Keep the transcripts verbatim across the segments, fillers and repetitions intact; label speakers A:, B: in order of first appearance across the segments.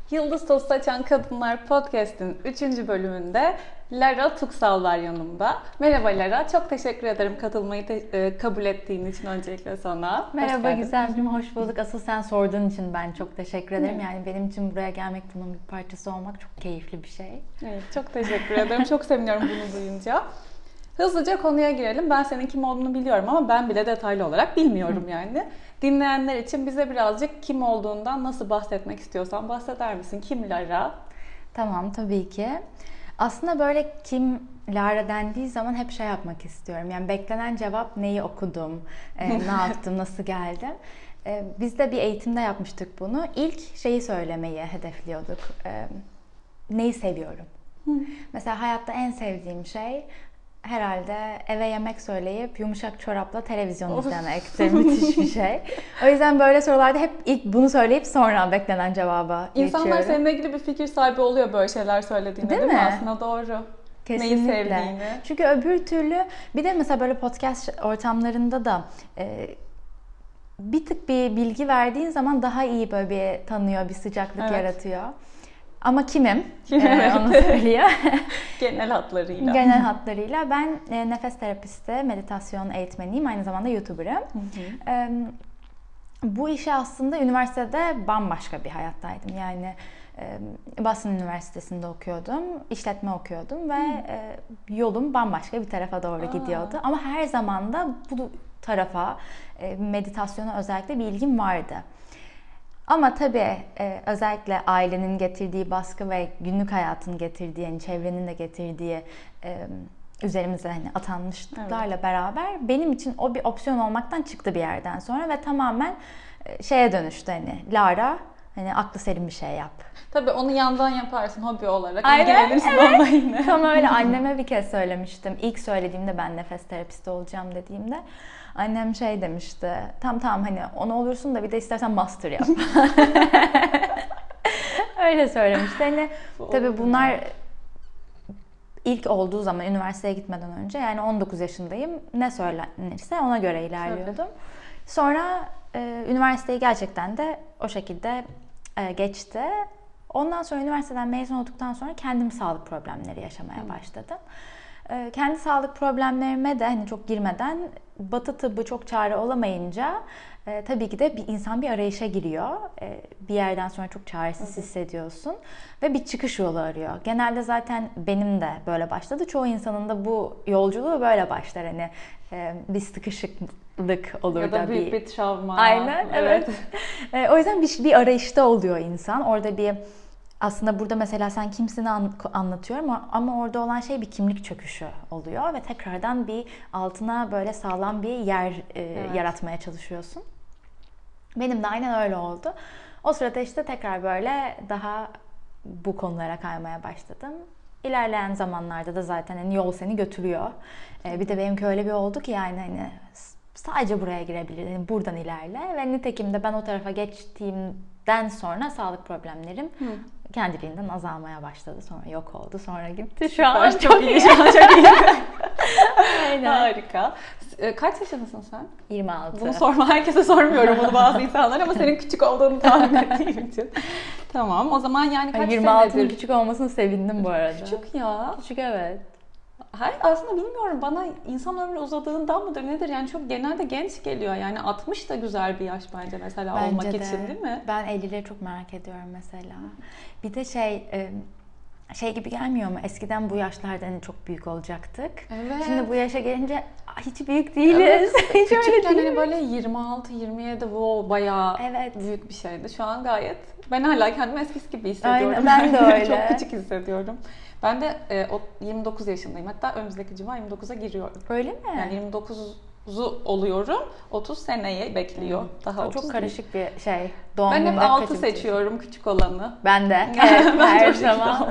A: Yıldız Toz Saçan Kadınlar Podcast'in üçüncü bölümünde Lara Tuksal var yanımda. Merhaba Lara, çok teşekkür ederim katılmayı te- e, kabul ettiğin için öncelikle sana.
B: Merhaba Gizemciğim, hoş bulduk. Asıl sen sorduğun için ben çok teşekkür ederim. Yani benim için buraya gelmek, bunun bir parçası olmak çok keyifli bir şey.
A: Evet, çok teşekkür ederim. Çok seviniyorum bunu duyunca. Hızlıca konuya girelim. Ben senin kim olduğunu biliyorum ama ben bile detaylı olarak bilmiyorum yani. Dinleyenler için bize birazcık kim olduğundan nasıl bahsetmek istiyorsan bahseder misin? Kim Lara?
B: Tamam, tabii ki. Aslında böyle kim Lara dendiği zaman hep şey yapmak istiyorum. Yani beklenen cevap neyi okudum, e, ne yaptım, nasıl geldim. E, biz de bir eğitimde yapmıştık bunu. İlk şeyi söylemeyi hedefliyorduk. E, neyi seviyorum? Hı. Mesela hayatta en sevdiğim şey herhalde eve yemek söyleyip yumuşak çorapla televizyon izlemektir. Müthiş bir şey. O yüzden böyle sorularda hep ilk bunu söyleyip sonra beklenen cevaba geçiyorum.
A: İnsanlar seninle ilgili bir fikir sahibi oluyor böyle şeyler söylediğinde, değil, değil mi? mi? Aslında doğru.
B: Kesinlikle.
A: Neyi sevdiğini.
B: Çünkü öbür türlü bir de mesela böyle podcast ortamlarında da e, bir tık bir bilgi verdiğin zaman daha iyi böyle bir tanıyor, bir sıcaklık evet. yaratıyor. Ama kimim? ee, onu söylüyor.
A: Genel hatlarıyla.
B: Genel hatlarıyla. Ben e, nefes terapisti, meditasyon eğitmeniyim. Aynı zamanda YouTuber'ım. Hı hı. E, bu işe aslında üniversitede bambaşka bir hayattaydım. Yani e, Boston Üniversitesi'nde okuyordum. İşletme okuyordum ve e, yolum bambaşka bir tarafa doğru Aa. gidiyordu. Ama her zaman da bu tarafa, e, meditasyona özellikle bir ilgim vardı. Ama tabii e, özellikle ailenin getirdiği baskı ve günlük hayatın getirdiği, yani çevrenin de getirdiği e, üzerimize hani atanmışlıklarla evet. beraber benim için o bir opsiyon olmaktan çıktı bir yerden sonra ve tamamen e, şeye dönüştü hani Lara hani aklı selim bir şey yap.
A: Tabii onu yandan yaparsın hobi olarak.
B: Aynen, evet. Yine. Tam öyle anneme bir kez söylemiştim. İlk söylediğimde ben nefes terapisti olacağım dediğimde. Annem şey demişti, tam tamam hani onu olursun da bir de istersen master yap. Öyle söylemişti. Hani tabii bunlar ilk olduğu zaman üniversiteye gitmeden önce yani on dokuz yaşındayım. Ne söylenirse ona göre ilerliyordum. Tabii. Sonra e, üniversiteyi gerçekten de o şekilde e, geçti. Ondan sonra üniversiteden mezun olduktan sonra kendim sağlık problemleri yaşamaya hmm. başladım. E, kendi sağlık problemlerime de hani çok girmeden Batı tıbbı çok çare olamayınca e, tabii ki de bir insan bir arayışa giriyor. E, bir yerden sonra çok çaresiz evet. hissediyorsun ve bir çıkış yolu arıyor. Genelde zaten benim de böyle başladı. Çoğu insanın da bu yolculuğu böyle başlar. Hani e, bir sıkışıklık olur
A: ya da, da büyük bir, bir travma.
B: Aynen evet. evet. e, o yüzden bir, bir arayışta oluyor insan. Orada bir aslında burada mesela sen kimsini anlatıyorum ama orada olan şey bir kimlik çöküşü oluyor ve tekrardan bir altına böyle sağlam bir yer e, evet. yaratmaya çalışıyorsun. Benim de aynen öyle oldu. O sırada işte tekrar böyle daha bu konulara kaymaya başladım. İlerleyen zamanlarda da zaten hani yol seni götürüyor. E, bir de benimki öyle bir oldu ki yani hani sadece buraya girebilir, yani buradan ilerle ve nitekim de ben o tarafa geçtiğimden sonra sağlık problemlerim Hı. kendiliğinden azalmaya başladı. Sonra yok oldu. Sonra gitti. Şu an çok, çok iyi. Şu an çok iyi.
A: Aynen. Harika. Kaç yaşındasın sen?
B: yirmi altı.
A: Bunu sorma. Herkese sormuyorum bunu bazı insanlar ama senin küçük olduğunu tahmin ettiğim için. Tamam. O zaman yani kaç
B: yirmi altının küçük olmasını sevindim bu arada.
A: Küçük ya.
B: Küçük evet.
A: Hayır aslında bilmiyorum bana insan ömrü uzadığından mıdır nedir yani çok genelde genç geliyor yani altmış da güzel bir yaş bence mesela bence olmak de. için değil mi?
B: Ben ellileri çok merak ediyorum mesela. Bir de şey şey gibi gelmiyor mu? Eskiden bu yaşlarda hani çok büyük olacaktık. Evet. Şimdi bu yaşa gelince hiç büyük değiliz. Evet.
A: Hiç küçükken hani böyle yirmi altı yirmi yedi wow, bayağı evet. büyük bir şeydi. Şu an gayet ben hala kendimi eskisi gibi hissediyorum.
B: Aynen, ben de öyle.
A: Çok küçük hissediyorum. Ben de e, yirmi dokuz yaşındayım. Hatta önümüzdeki cuma yirmi dokuza giriyorum.
B: Öyle mi?
A: Yani yirmi dokuzu oluyorum. otuz seneye bekliyor. Hmm. Daha
B: o çok karışık
A: değil.
B: bir şey. Doğum
A: ben hep altı seçiyorum küçük olanı.
B: Ben de. Evet,
A: ben
B: her zaman.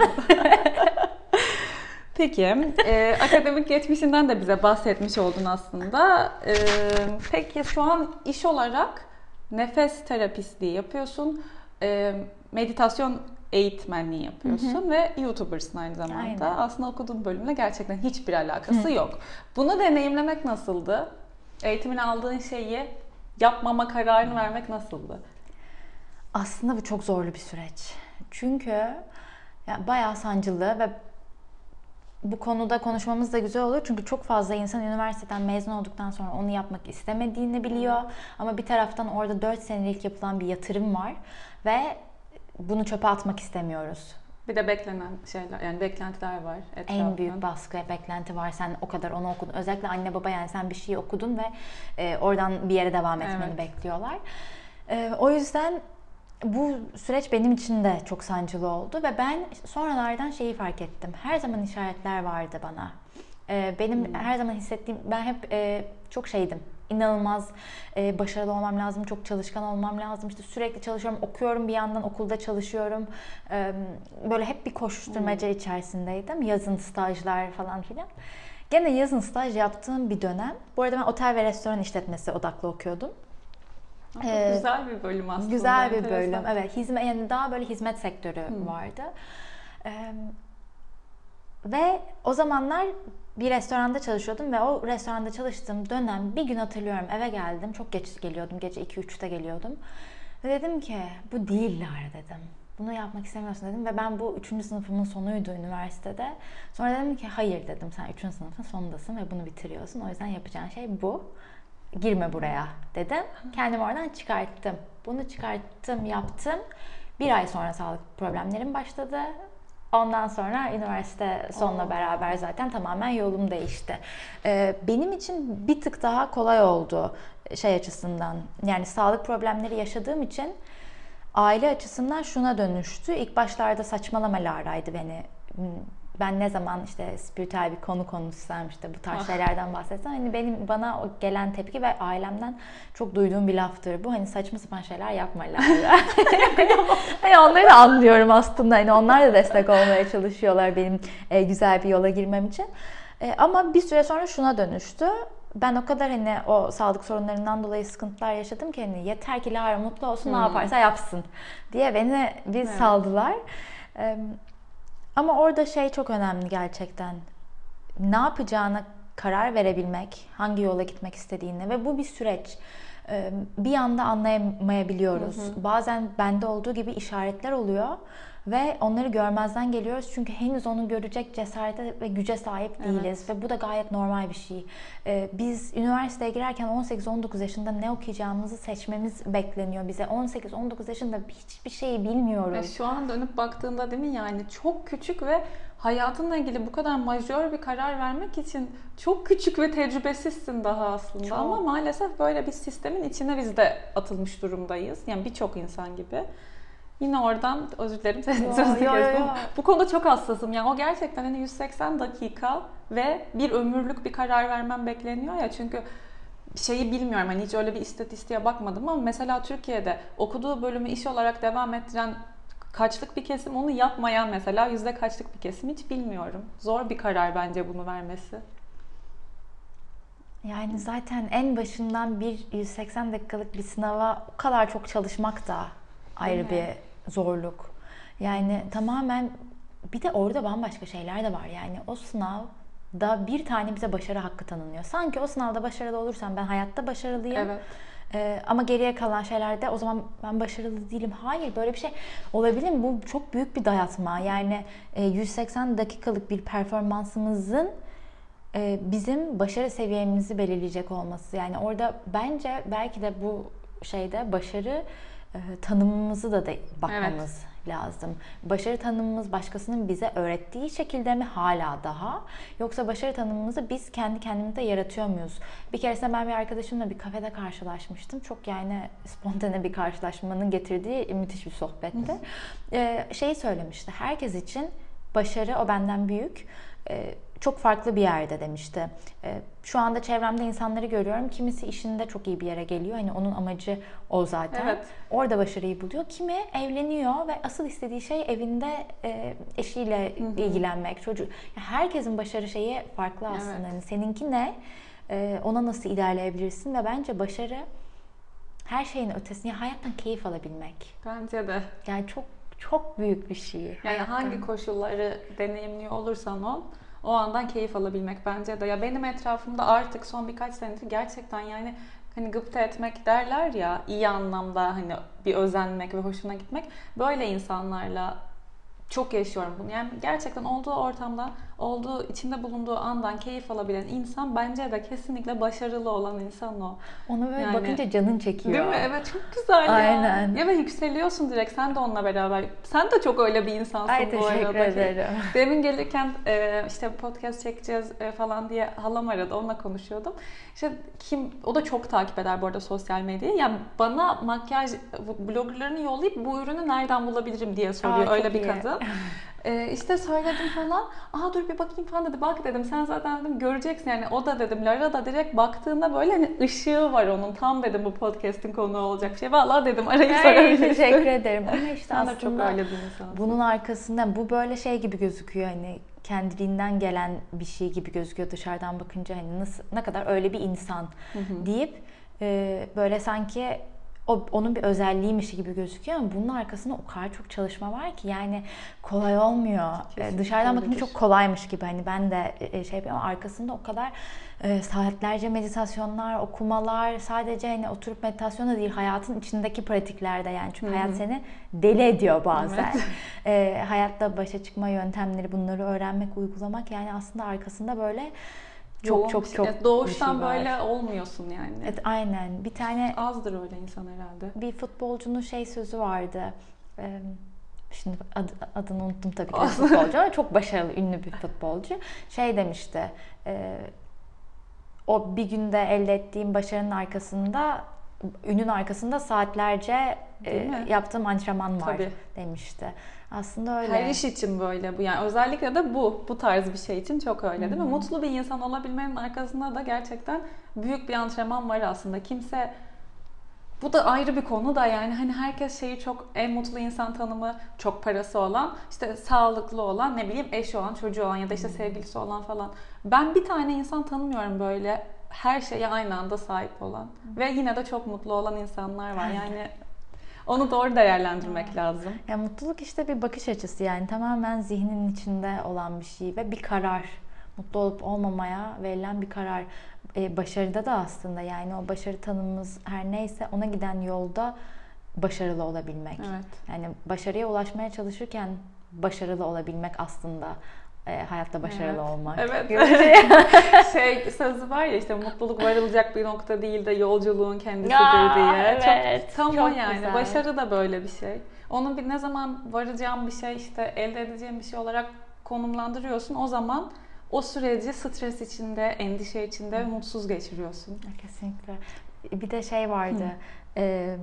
A: Peki, e, akademik geçmişinden de bize bahsetmiş oldun aslında. E, peki şu an iş olarak nefes terapistliği yapıyorsun. E, meditasyon eğitmenliği yapıyorsun hı hı. ve YouTuber'sın aynı zamanda. Aynen. Aslında okuduğun bölümle gerçekten hiçbir alakası hı. yok. Bunu deneyimlemek nasıldı? Eğitimini aldığın şeyi yapmama kararını vermek nasıldı?
B: Aslında bu çok zorlu bir süreç. Çünkü ya bayağı sancılı ve bu konuda konuşmamız da güzel olur. Çünkü çok fazla insan üniversiteden mezun olduktan sonra onu yapmak istemediğini biliyor. Ama bir taraftan orada dört senelik yapılan bir yatırım var ve bunu çöpe atmak istemiyoruz.
A: Bir de beklenen şeyler, yani beklentiler var etrafında.
B: En büyük baskı, beklenti var. Sen o kadar onu okudun. Özellikle anne baba, yani sen bir şey okudun ve e, oradan bir yere devam etmeni evet. bekliyorlar. E, o yüzden bu süreç benim için de çok sancılı oldu ve ben sonralardan şeyi fark ettim. Her zaman işaretler vardı bana. E, benim hmm. her zaman hissettiğim, ben hep e, çok şeydim. İnanılmaz e, başarılı olmam lazım, çok çalışkan olmam lazım. İşte sürekli çalışıyorum, okuyorum, bir yandan okulda çalışıyorum. E, böyle hep bir koşuşturmaca hmm. içerisindeydim. Yazın stajlar falan filan. Gene yazın staj yaptığım bir dönem. Bu arada ben otel ve restoran işletmesi odaklı okuyordum.
A: Çok ee, güzel bir bölüm aslında.
B: Güzel bir bölüm, evet. Hizmet, yani daha böyle hizmet sektörü hmm. vardı. Ee, ve o zamanlar bir restoranda çalışıyordum ve o restoranda çalıştığım dönem bir gün hatırlıyorum, eve geldim. Çok geç geliyordum, gece iki üçte geliyordum. Ve dedim ki bu değiller dedim. Bunu yapmak istemiyorsun dedim ve ben bu üçüncü sınıfımın sonuydu üniversitede. Sonra dedim ki hayır dedim, sen üçüncü sınıfın sonundasın ve bunu bitiriyorsun. O yüzden yapacağın şey bu. Girme buraya dedim. Kendimi oradan çıkarttım. Bunu çıkarttım, yaptım. Bir ay sonra sağlık problemlerim başladı. Ondan sonra üniversite sonla beraber zaten tamamen yolum değişti. Ee, benim için bir tık daha kolay oldu şey açısından. Yani sağlık problemleri yaşadığım için aile açısından şuna dönüştü. İlk başlarda saçmalama Lara'ydı beni. Ben ne zaman işte spiritüel bir konu konuşsam, işte bu tarz şeylerden bahsetsem, hani benim bana o gelen tepki ve ailemden çok duyduğum bir laftır bu. Hani saçma sapan şeyler yapma Lara. Hani onları da anlıyorum aslında. Hani onlar da destek olmaya çalışıyorlar benim e, güzel bir yola girmem için. E, ama bir süre sonra şuna dönüştü. Ben o kadar hani o sağlık sorunlarından dolayı sıkıntılar yaşadım ki hani yeter ki Lara mutlu olsun, hmm. ne yaparsa yapsın diye beni bir evet. saldılar. E, Ama orada şey çok önemli gerçekten. Ne yapacağına karar verebilmek, hangi yola gitmek istediğini ve bu bir süreç. Bir anda anlayamayabiliyoruz. Hı hı. Bazen bende olduğu gibi işaretler oluyor ve onları görmezden geliyoruz. Çünkü henüz onu görecek cesarete ve güce sahip değiliz. Evet. Ve bu da gayet normal bir şey. Biz üniversiteye girerken on sekiz on dokuz yaşında ne okuyacağımızı seçmemiz bekleniyor bize. on sekiz on dokuz yaşında hiçbir şeyi bilmiyoruz.
A: Ya şu an dönüp baktığında değil mi, yani çok küçük ve hayatınla ilgili bu kadar majör bir karar vermek için çok küçük ve tecrübesizsin daha aslında. Çok. Ama maalesef böyle bir sistemin içine biz de atılmış durumdayız. Yani birçok insan gibi. Yine oradan özür dilerim sözünü kestim. Bu konuda çok hassasım. Yani o gerçekten hani yüz seksen dakika ve bir ömürlük bir karar vermem bekleniyor ya. Çünkü şeyi bilmiyorum, hani hiç öyle bir istatistiğe bakmadım ama mesela Türkiye'de okuduğu bölümü iş olarak devam ettiren kaçlık bir kesim, onu yapmayan mesela yüzde kaçlık bir kesim, hiç bilmiyorum. Zor bir karar bence bunu vermesi.
B: Yani zaten en başından bir yüz seksen dakikalık bir sınava o kadar çok çalışmak da ayrı bir zorluk. Yani tamamen bir de orada bambaşka şeyler de var. Yani o sınavda bir tane bize başarı hakkı tanınıyor. Sanki o sınavda başarılı olursam ben hayatta başarılıyım. Evet. Ee, ama geriye kalan şeylerde o zaman ben başarılı değilim. Hayır, böyle bir şey olabilir mi? Bu çok büyük bir dayatma. Yani e, yüz seksen dakikalık bir performansımızın e, bizim başarı seviyemizi belirleyecek olması. Yani orada bence belki de bu şeyde başarı e, tanımımızı da, da bakmamız evet. lazım. Başarı tanımımız başkasının bize öğrettiği şekilde mi hala daha? Yoksa başarı tanımımızı biz kendi kendimize yaratıyor muyuz? Bir keresinde ben bir arkadaşımla bir kafede karşılaşmıştım. Çok yani spontane bir karşılaşmanın getirdiği müthiş bir sohbetti. Ee, şeyi söylemişti. Herkes için başarı o benden büyük. Ee, çok farklı bir yerde demişti. Ee, şu anda çevremde insanları görüyorum. Kimisi işinde çok iyi bir yere geliyor. Hani onun amacı o zaten. Evet. Orada başarıyı buluyor. Kimi evleniyor ve asıl istediği şey evinde e, eşiyle Hı-hı. ilgilenmek. Çocuk. Yani herkesin başarı şeyi farklı aslında. Evet. Yani seninki ne? Ee, ona nasıl ilerleyebilirsin? Ve bence başarı her şeyin ötesinde. Yani hayattan keyif alabilmek.
A: Bence de.
B: Yani çok çok büyük bir şey.
A: Yani
B: hayattan.
A: Hangi koşulları deneyimliyor olursan ol, o andan keyif alabilmek bence de. Ya benim etrafımda artık son birkaç senedir gerçekten yani hani gıpta etmek derler ya, iyi anlamda hani bir özenmek ve hoşuna gitmek. Böyle insanlarla çok yaşıyorum bunu. Yani gerçekten olduğu ortamda, olduğu içinde bulunduğu andan keyif alabilen insan bence de kesinlikle başarılı olan insan o.
B: Ona böyle
A: Yani,
B: bakınca canın çekiyor.
A: değil mi? Evet, çok güzel ya.
B: Aynen.
A: Ya ve yükseliyorsun direkt. Sen de onunla beraber. Sen de çok öyle bir insansın
B: Ay,
A: bu arada.
B: teşekkür ederim.
A: Demin gelirken e, işte podcast çekeceğiz e, falan diye halam aradı. Onunla konuşuyordum. İşte kim, o da çok takip eder bu arada sosyal medyayı. Yani bana makyaj bloggerlarını yollayıp bu ürünü nereden bulabilirim diye soruyor.
B: Aa,
A: öyle bir
B: iyi.
A: kadın. Ee, işte söyledim falan. Aa dur bir bakayım falan dedi. Bak dedim, sen zaten dedim göreceksin yani. O da dedim, Lara da direkt baktığında böyle hani ışığı var onun. Tam dedim bu podcast'in konuğu olacak bir şey. Vallahi dedim arayıp sorabilirsin.
B: Teşekkür ederim. Ama işte
A: Sen de çok
B: aslında
A: öyle bir insansın.
B: bunun arkasında bu böyle şey gibi gözüküyor, hani kendiliğinden gelen bir şey gibi gözüküyor dışarıdan bakınca, hani nasıl, ne kadar öyle bir insan deyip e, böyle sanki o, onun bir özelliğiymiş gibi gözüküyor ama bunun arkasında o kadar çok çalışma var ki yani kolay olmuyor.
A: Kesinlikle
B: Dışarıdan bakınca
A: öyledir.
B: çok kolaymış gibi, hani ben de e, şey yapıyorum ama arkasında o kadar e, saatlerce meditasyonlar, okumalar, sadece hani oturup meditasyon da değil, hayatın içindeki pratiklerde yani, çünkü
A: Hı hı.
B: hayat seni deli ediyor bazen.
A: Evet.
B: E, hayatta başa çıkma yöntemleri, bunları öğrenmek, uygulamak, yani aslında arkasında böyle çok
A: Yoğun
B: çok
A: bir şey.
B: çok
A: Yani doğuştan
B: bir şey var.
A: böyle olmuyorsun yani.
B: Evet, aynen. Bir tane
A: Azdır öyle insan herhalde.
B: bir futbolcunun şey sözü vardı. Ee, Şimdi ad, adını unuttum tabii ki de futbolcu ama çok başarılı, ünlü bir futbolcu. Şey demişti. E, o bir günde elde ettiğim başarının arkasında, ünün arkasında saatlerce e, yaptığım antrenman var
A: Tabii.
B: demişti. Aslında öyle.
A: Her iş için böyle bu, yani özellikle de bu bu tarz bir şey için çok öyle, değil mi? Mutlu bir insan olabilmenin arkasında da gerçekten büyük bir antrenman var aslında. Kimse, bu da ayrı bir konu da yani, hani herkes şeyi çok, en mutlu insan tanımı çok parası olan, işte sağlıklı olan, ne bileyim eşi olan, çocuğu olan ya da işte sevgilisi olan falan. Ben bir tane insan tanımıyorum böyle her şeye aynı anda sahip olan ve yine de çok mutlu olan insanlar var. Yani onu doğru değerlendirmek lazım.
B: Ya mutluluk işte bir bakış açısı, yani tamamen zihnin içinde olan bir şey ve bir karar. Mutlu olup olmamaya verilen bir karar. Ee, başarıda da aslında, yani o başarı tanımımız her neyse ona giden yolda başarılı olabilmek.
A: Evet.
B: Yani başarıya ulaşmaya çalışırken başarılı olabilmek aslında e, hayatta başarılı
A: Evet.
B: olmak.
A: Evet. Şey sözü var ya, işte mutluluk varılacak bir nokta değil de yolculuğun kendisidir
B: Ya,
A: diye.
B: evet.
A: Çok tam
B: Çok
A: o yani.
B: güzel.
A: Başarı da böyle bir şey. Onu bir ne zaman varacağım bir şey, işte elde edeceğim bir şey olarak konumlandırıyorsun. O zaman o süreci stres içinde, endişe içinde, mutsuz geçiriyorsun.
B: Kesinlikle. Bir de şey vardı. E,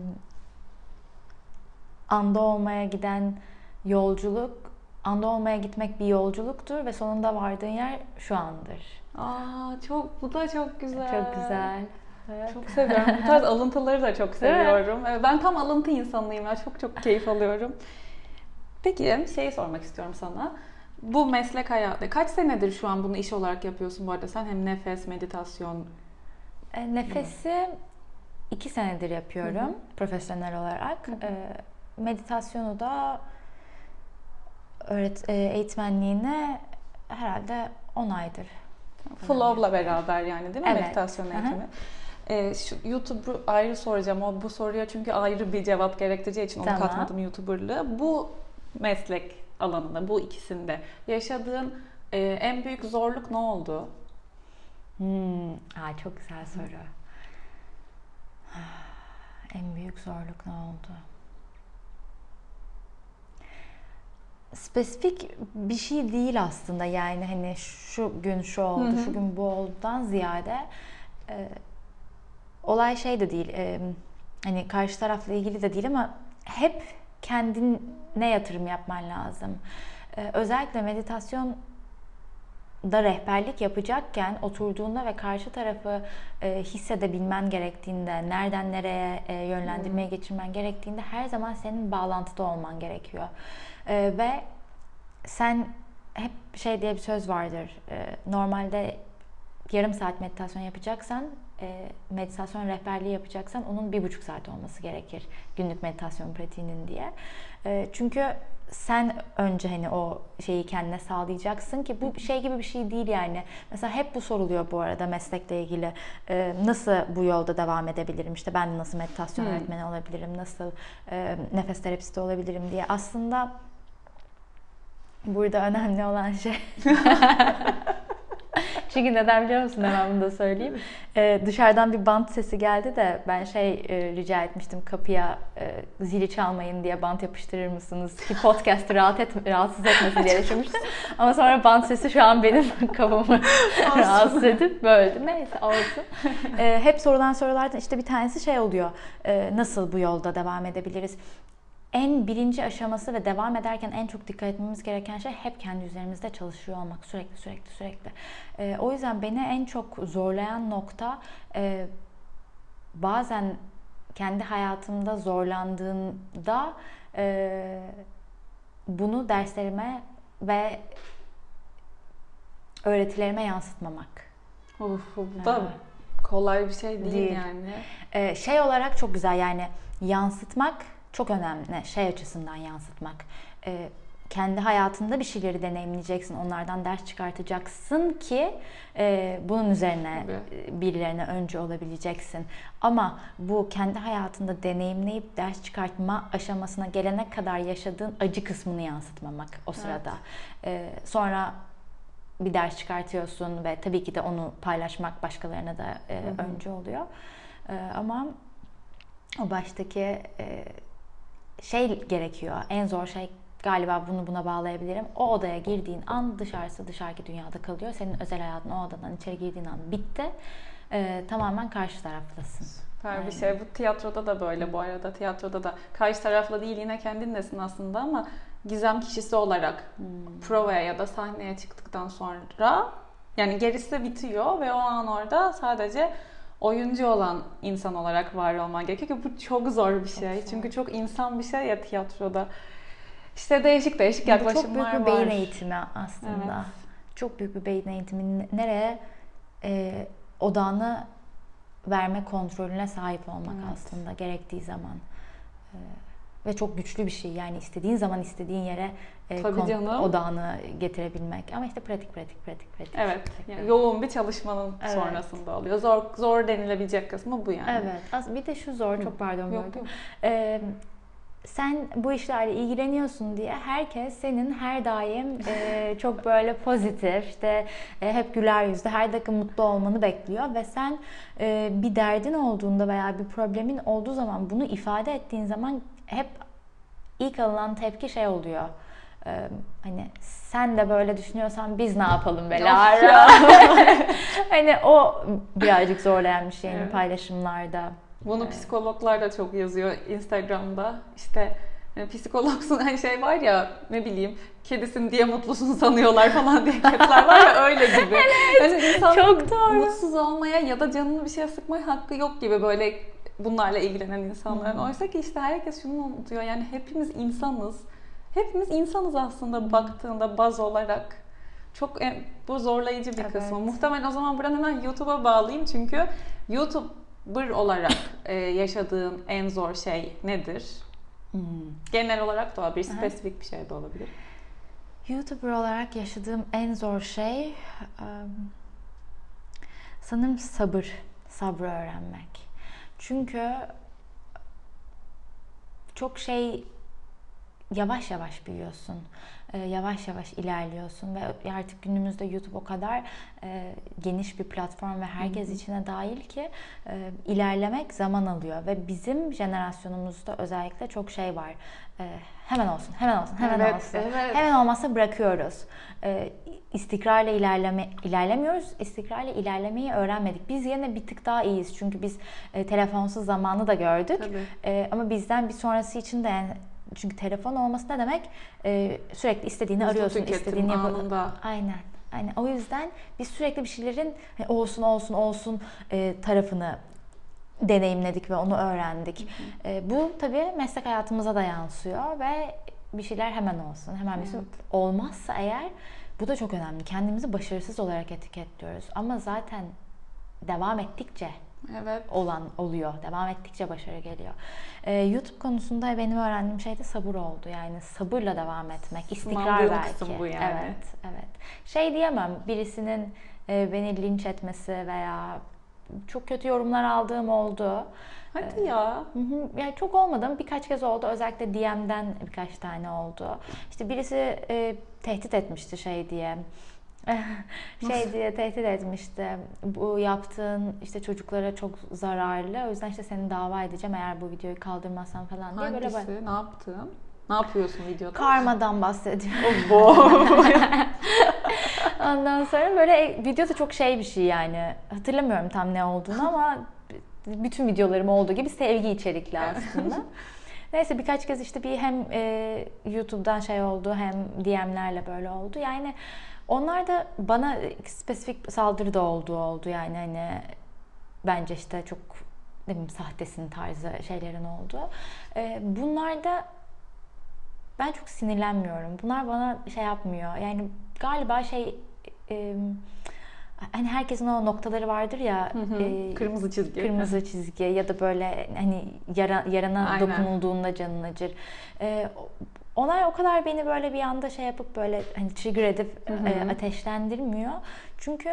B: anda olmaya giden yolculuk, anda olmaya gitmek bir yolculuktur ve sonunda vardığın yer şu andır.
A: Aa çok, bu da çok güzel.
B: Çok güzel. Evet.
A: Çok seviyorum. Bu tarz alıntıları da çok seviyorum. Evet, ben tam alıntı insanıyım ya. Çok çok keyif alıyorum. Peki şeyi sormak istiyorum sana. Bu meslek hayatı kaç senedir şu an bunu iş olarak yapıyorsun bu arada? Sen hem nefes, meditasyon.
B: E, nefesi iki senedir yapıyorum, hı hı, profesyonel olarak.
A: Hı hı.
B: E, meditasyonu da öğret e, eğitmenliğine herhalde on aydır.
A: Flow'la beraber yani, değil mi?
B: Evet.
A: Meditasyon
B: Hı hı.
A: eğitimi. Ee, şu YouTube'u ayrı soracağım. O bu soruya çünkü ayrı bir cevap gerektireceği için onu
B: Tamam.
A: katmadım YouTuber'lığı. Bu meslek alanında, bu ikisinde yaşadığın e, en büyük zorluk ne oldu?
B: Hmm. Aa, çok güzel soru. En büyük zorluk ne oldu? Spesifik bir şey değil aslında, yani hani şu gün şu oldu, hı hı, şu gün bu oldudan ziyade e, olay şey de değil, e, hani karşı tarafla ilgili de değil ama hep kendine yatırım yapman lazım. E, özellikle meditasyon da rehberlik yapacakken oturduğunda ve karşı tarafı e, hissedebilmen gerektiğinde, nereden nereye e, yönlendirmeye hmm. geçirmen gerektiğinde her zaman senin bağlantıda olman gerekiyor. E, ve sen hep şey diye bir söz vardır. E, normalde yarım saat meditasyon yapacaksan e, meditasyon rehberliği yapacaksan onun bir buçuk saat olması gerekir günlük meditasyon pratiğinin diye. E, çünkü sen önce hani o şeyi kendine sağlayacaksın ki bu şey gibi bir şey değil yani. Mesela hep bu soruluyor bu arada meslekle ilgili. Ee, nasıl bu yolda devam edebilirim? İşte ben nasıl meditasyon hmm. öğretmeni olabilirim? Nasıl e, nefes terapisti olabilirim diye. Aslında burada önemli olan şey çünkü neden biliyor musun? Hemen bunu da söyleyeyim. Ee, dışarıdan bir bant sesi geldi de ben şey e, rica etmiştim kapıya e, zili çalmayın diye bant yapıştırır mısınız ki podcast'ı rahat et, rahatsız etmesin diye düşünmüştüm. Ama sonra bant sesi şu an benim kafamı rahatsız edip böldü. Neyse olsun. Ee, hep sorulan sorulardan işte bir tanesi şey oluyor. E, nasıl bu yolda devam edebiliriz? En birinci aşaması ve devam ederken en çok dikkat etmemiz gereken şey hep kendi üzerimizde çalışıyor olmak. Sürekli sürekli sürekli. Ee, o yüzden beni en çok zorlayan nokta e, bazen kendi hayatımda zorlandığımda e, bunu derslerime ve öğretilerime yansıtmamak.
A: Of, bu da kolay bir şey değil, değil. yani.
B: Ee, şey olarak çok güzel yani yansıtmak çok önemli. Şey açısından yansıtmak. Ee, kendi hayatında bir şeyleri deneyimleyeceksin. Onlardan ders çıkartacaksın ki e, bunun üzerine Tabii. birilerine öncü olabileceksin. Ama bu kendi hayatında deneyimleyip ders çıkartma aşamasına gelene kadar yaşadığın acı kısmını yansıtmamak o sırada. Evet. Ee, sonra bir ders çıkartıyorsun ve tabii ki de onu paylaşmak başkalarına da e, öncü oluyor. E, ama o baştaki e, şey gerekiyor. En zor şey galiba bunu buna bağlayabilirim. O odaya girdiğin an dışarısı dışarıki dünyada kalıyor. Senin özel hayatın o odadan içeri girdiğin an bitti. Ee, tamamen karşı taraftasın.
A: Süper yani. Bir şey. Bu tiyatroda da böyle bu arada. Tiyatroda da karşı tarafla değil yine kendinlesin aslında ama gizem kişisi olarak hmm. provaya ya da sahneye çıktıktan sonra yani gerisi bitiyor ve o an orada sadece oyuncu olan insan olarak var olman gerekiyor ki bu çok zor bir şey. Çok Çünkü çok insan bir şey ya tiyatroda. İşte değişik değişik yaklaşımlar var.
B: Çok büyük bir beyin eğitimi aslında. Evet. Çok büyük bir beyin eğitimi. Nereye e, odağını verme kontrolüne sahip olmak evet. aslında gerektiği zaman. E, ve çok güçlü bir şey. Yani istediğin zaman istediğin yere e, kon- odağını getirebilmek. Ama işte pratik pratik pratik pratik.
A: Evet. Yani yoğun bir çalışmanın evet. sonrasında oluyor. Zor zor denilebilecek kısmı bu yani.
B: Evet. Bir de şu zor. Çok pardon böldüm. Ee, sen bu işlerle ilgileniyorsun diye herkes senin her daim e, çok böyle pozitif, işte e, hep güler yüzlü, her dakika mutlu olmanı bekliyor ve sen e, bir derdin olduğunda veya bir problemin olduğu zaman bunu ifade ettiğin zaman hep ilk alınan tepki şey oluyor. Ee, hani sen de böyle düşünüyorsan biz ne yapalım be Lara? Hani o birazcık zorlayan bir şey evet. paylaşımlarda.
A: Bunu evet. psikologlar da çok yazıyor Instagram'da. İşte yani psikologsun hani şey var ya ne bileyim kedisin diye mutlusun sanıyorlar falan diye kediler var ya öyle gibi.
B: Evet.
A: Yani insan
B: çok doğru.
A: Mutsuz olmaya ya da canını bir şeye sıkmaya hakkı yok gibi böyle bunlarla ilgilenen insanların. Hmm. Oysa ki işte herkes şunu unutuyor. Yani hepimiz insanız. Hepimiz insanız aslında hmm. baktığında baz olarak. Çok bu zorlayıcı bir evet. kısmı. Muhtemelen o zaman buradan hemen YouTube'a bağlayayım çünkü YouTuber olarak e, yaşadığın en zor şey nedir? Hmm. Genel olarak da olabilir, spesifik bir şey de olabilir.
B: YouTuber olarak yaşadığım en zor şey um, sanırım sabır, sabrı öğrenmek. Çünkü çok şey yavaş yavaş büyüyorsun. Ee, yavaş yavaş ilerliyorsun ve artık günümüzde YouTube o kadar e, geniş bir platform ve herkes Hı-hı. içine dahil ki e, ilerlemek zaman alıyor ve bizim jenerasyonumuzda özellikle çok şey var. E, hemen olsun, hemen olsun, hemen
A: evet,
B: olsun.
A: Evet.
B: Hemen olmazsa bırakıyoruz. E, istikrarla ilerleme ilerlemiyoruz. İstikrarla ilerlemeyi öğrenmedik. Biz yine bir tık daha iyiyiz çünkü biz e, telefonsuz zamanı da gördük. E, ama bizden bir sonrası için de yani çünkü telefon olması ne demek? Ee, sürekli istediğini Hızlı arıyorsun, istediğini yapıyorsun. Aynen. Aynen. O yüzden biz sürekli bir şeylerin olsun olsun olsun e, tarafını deneyimledik ve onu öğrendik. E, bu tabii meslek hayatımıza da yansıyor ve bir şeyler hemen olsun. Hemen bir şey evet. olmazsa eğer bu da çok önemli. Kendimizi başarısız olarak etiketliyoruz. Ama zaten devam ettikçe
A: Evet.
B: olan oluyor. Devam ettikçe başarı geliyor. Ee, YouTube konusunda benim öğrendiğim şey de sabır oldu. Yani sabırla devam etmek, istikrar
A: Sınandığım
B: belki.
A: kısım bu yani.
B: Evet, evet. Şey diyemem, birisinin e, beni linç etmesi veya çok kötü yorumlar aldığım oldu.
A: Hadi
B: Ee,
A: ya.
B: Hı hı. Yani çok olmadı ama birkaç kez oldu. Özellikle D M'den birkaç tane oldu. İşte birisi e, tehdit etmişti şey diye. şey diye tehdit etmişti. Bu yaptığın işte çocuklara çok zararlı. O yüzden işte seni dava edeceğim eğer bu videoyu kaldırmazsan falan diye.
A: Hangisi?
B: Böyle
A: Ne yaptın? Ne yapıyorsun videoda?
B: karmadan bahsediyor.
A: Oh,
B: Ondan sonra böyle videoda çok şey bir şey yani. Hatırlamıyorum tam ne olduğunu ama bütün videolarım olduğu gibi sevgi içerikli aslında. Neyse birkaç kez işte bir hem e, YouTube'dan şey oldu hem D M'lerle böyle oldu. Yani onlar da bana spesifik saldırı da olduğu oldu yani hani bence işte çok ne bileyim sahtesin tarzı şeylerin oldu. E, bunlar da ben çok sinirlenmiyorum. Bunlar bana şey yapmıyor. Yani galiba şey e, hani herkesin o noktaları vardır ya.
A: Hı hı.
B: E,
A: Kırmızı çizgi.
B: Kırmızı çizgi ya da böyle hani yara, yarana
A: Aynen.
B: dokunulduğunda canın acır. E, Olay o kadar beni böyle bir anda şey yapıp böyle hani trigger edip
A: hı hı.
B: E, ateşlendirmiyor. Çünkü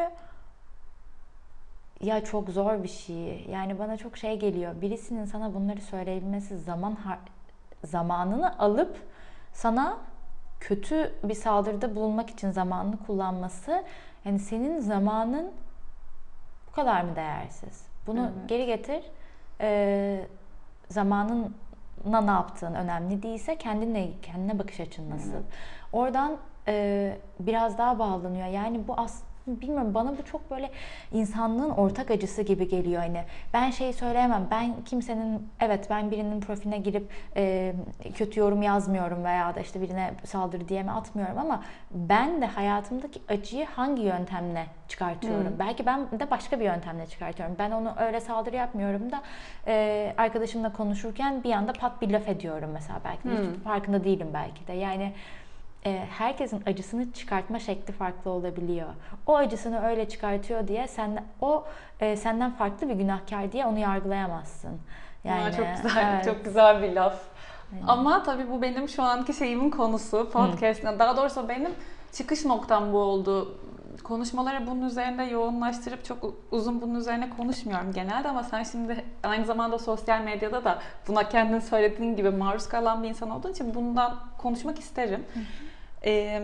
B: ya çok zor bir şey. Yani bana çok şey geliyor. Birisinin sana bunları söyleyebilmesi zaman zamanını alıp sana kötü bir saldırıda bulunmak için zamanını kullanması. Yani senin zamanın bu kadar mı değersiz? Bunu
A: Evet.
B: geri getir. Ee, zamanın na ne yaptığın önemli değilse kendine kendine bakış açın nasıl? Evet. Oradan e, biraz daha bağlanıyor. Yani bu aslında bilmiyorum bana bu çok böyle insanlığın ortak acısı gibi geliyor. Hani ben şeyi söyleyemem. Ben kimsenin evet ben birinin profiline girip e, kötü yorum yazmıyorum veya da işte birine saldırı diyeme atmıyorum ama ben de hayatımdaki acıyı hangi yöntemle çıkartıyorum? Hmm. Belki ben de başka bir yöntemle çıkartıyorum. Ben onu öyle saldırı yapmıyorum da e, arkadaşımla konuşurken bir anda pat bir laf ediyorum mesela belki de. Hmm. Hiç farkında değilim belki de. Yani herkesin acısını çıkartma şekli farklı olabiliyor. O acısını öyle çıkartıyor diye sen o e, senden farklı bir günahkar diye onu yargılayamazsın.
A: Yani Aa, çok güzel, evet. Çok güzel bir laf. Aynen. Ama tabii bu benim şu anki şeyimin konusu podcast'ın. Daha doğrusu benim çıkış noktam bu oldu. Konuşmaları bunun üzerinde yoğunlaştırıp çok uzun bunun üzerine konuşmuyorum genelde ama sen şimdi aynı zamanda sosyal medyada da buna kendin söylediğin gibi maruz kalan bir insan olduğun için bundan konuşmak isterim. Hı. Ee,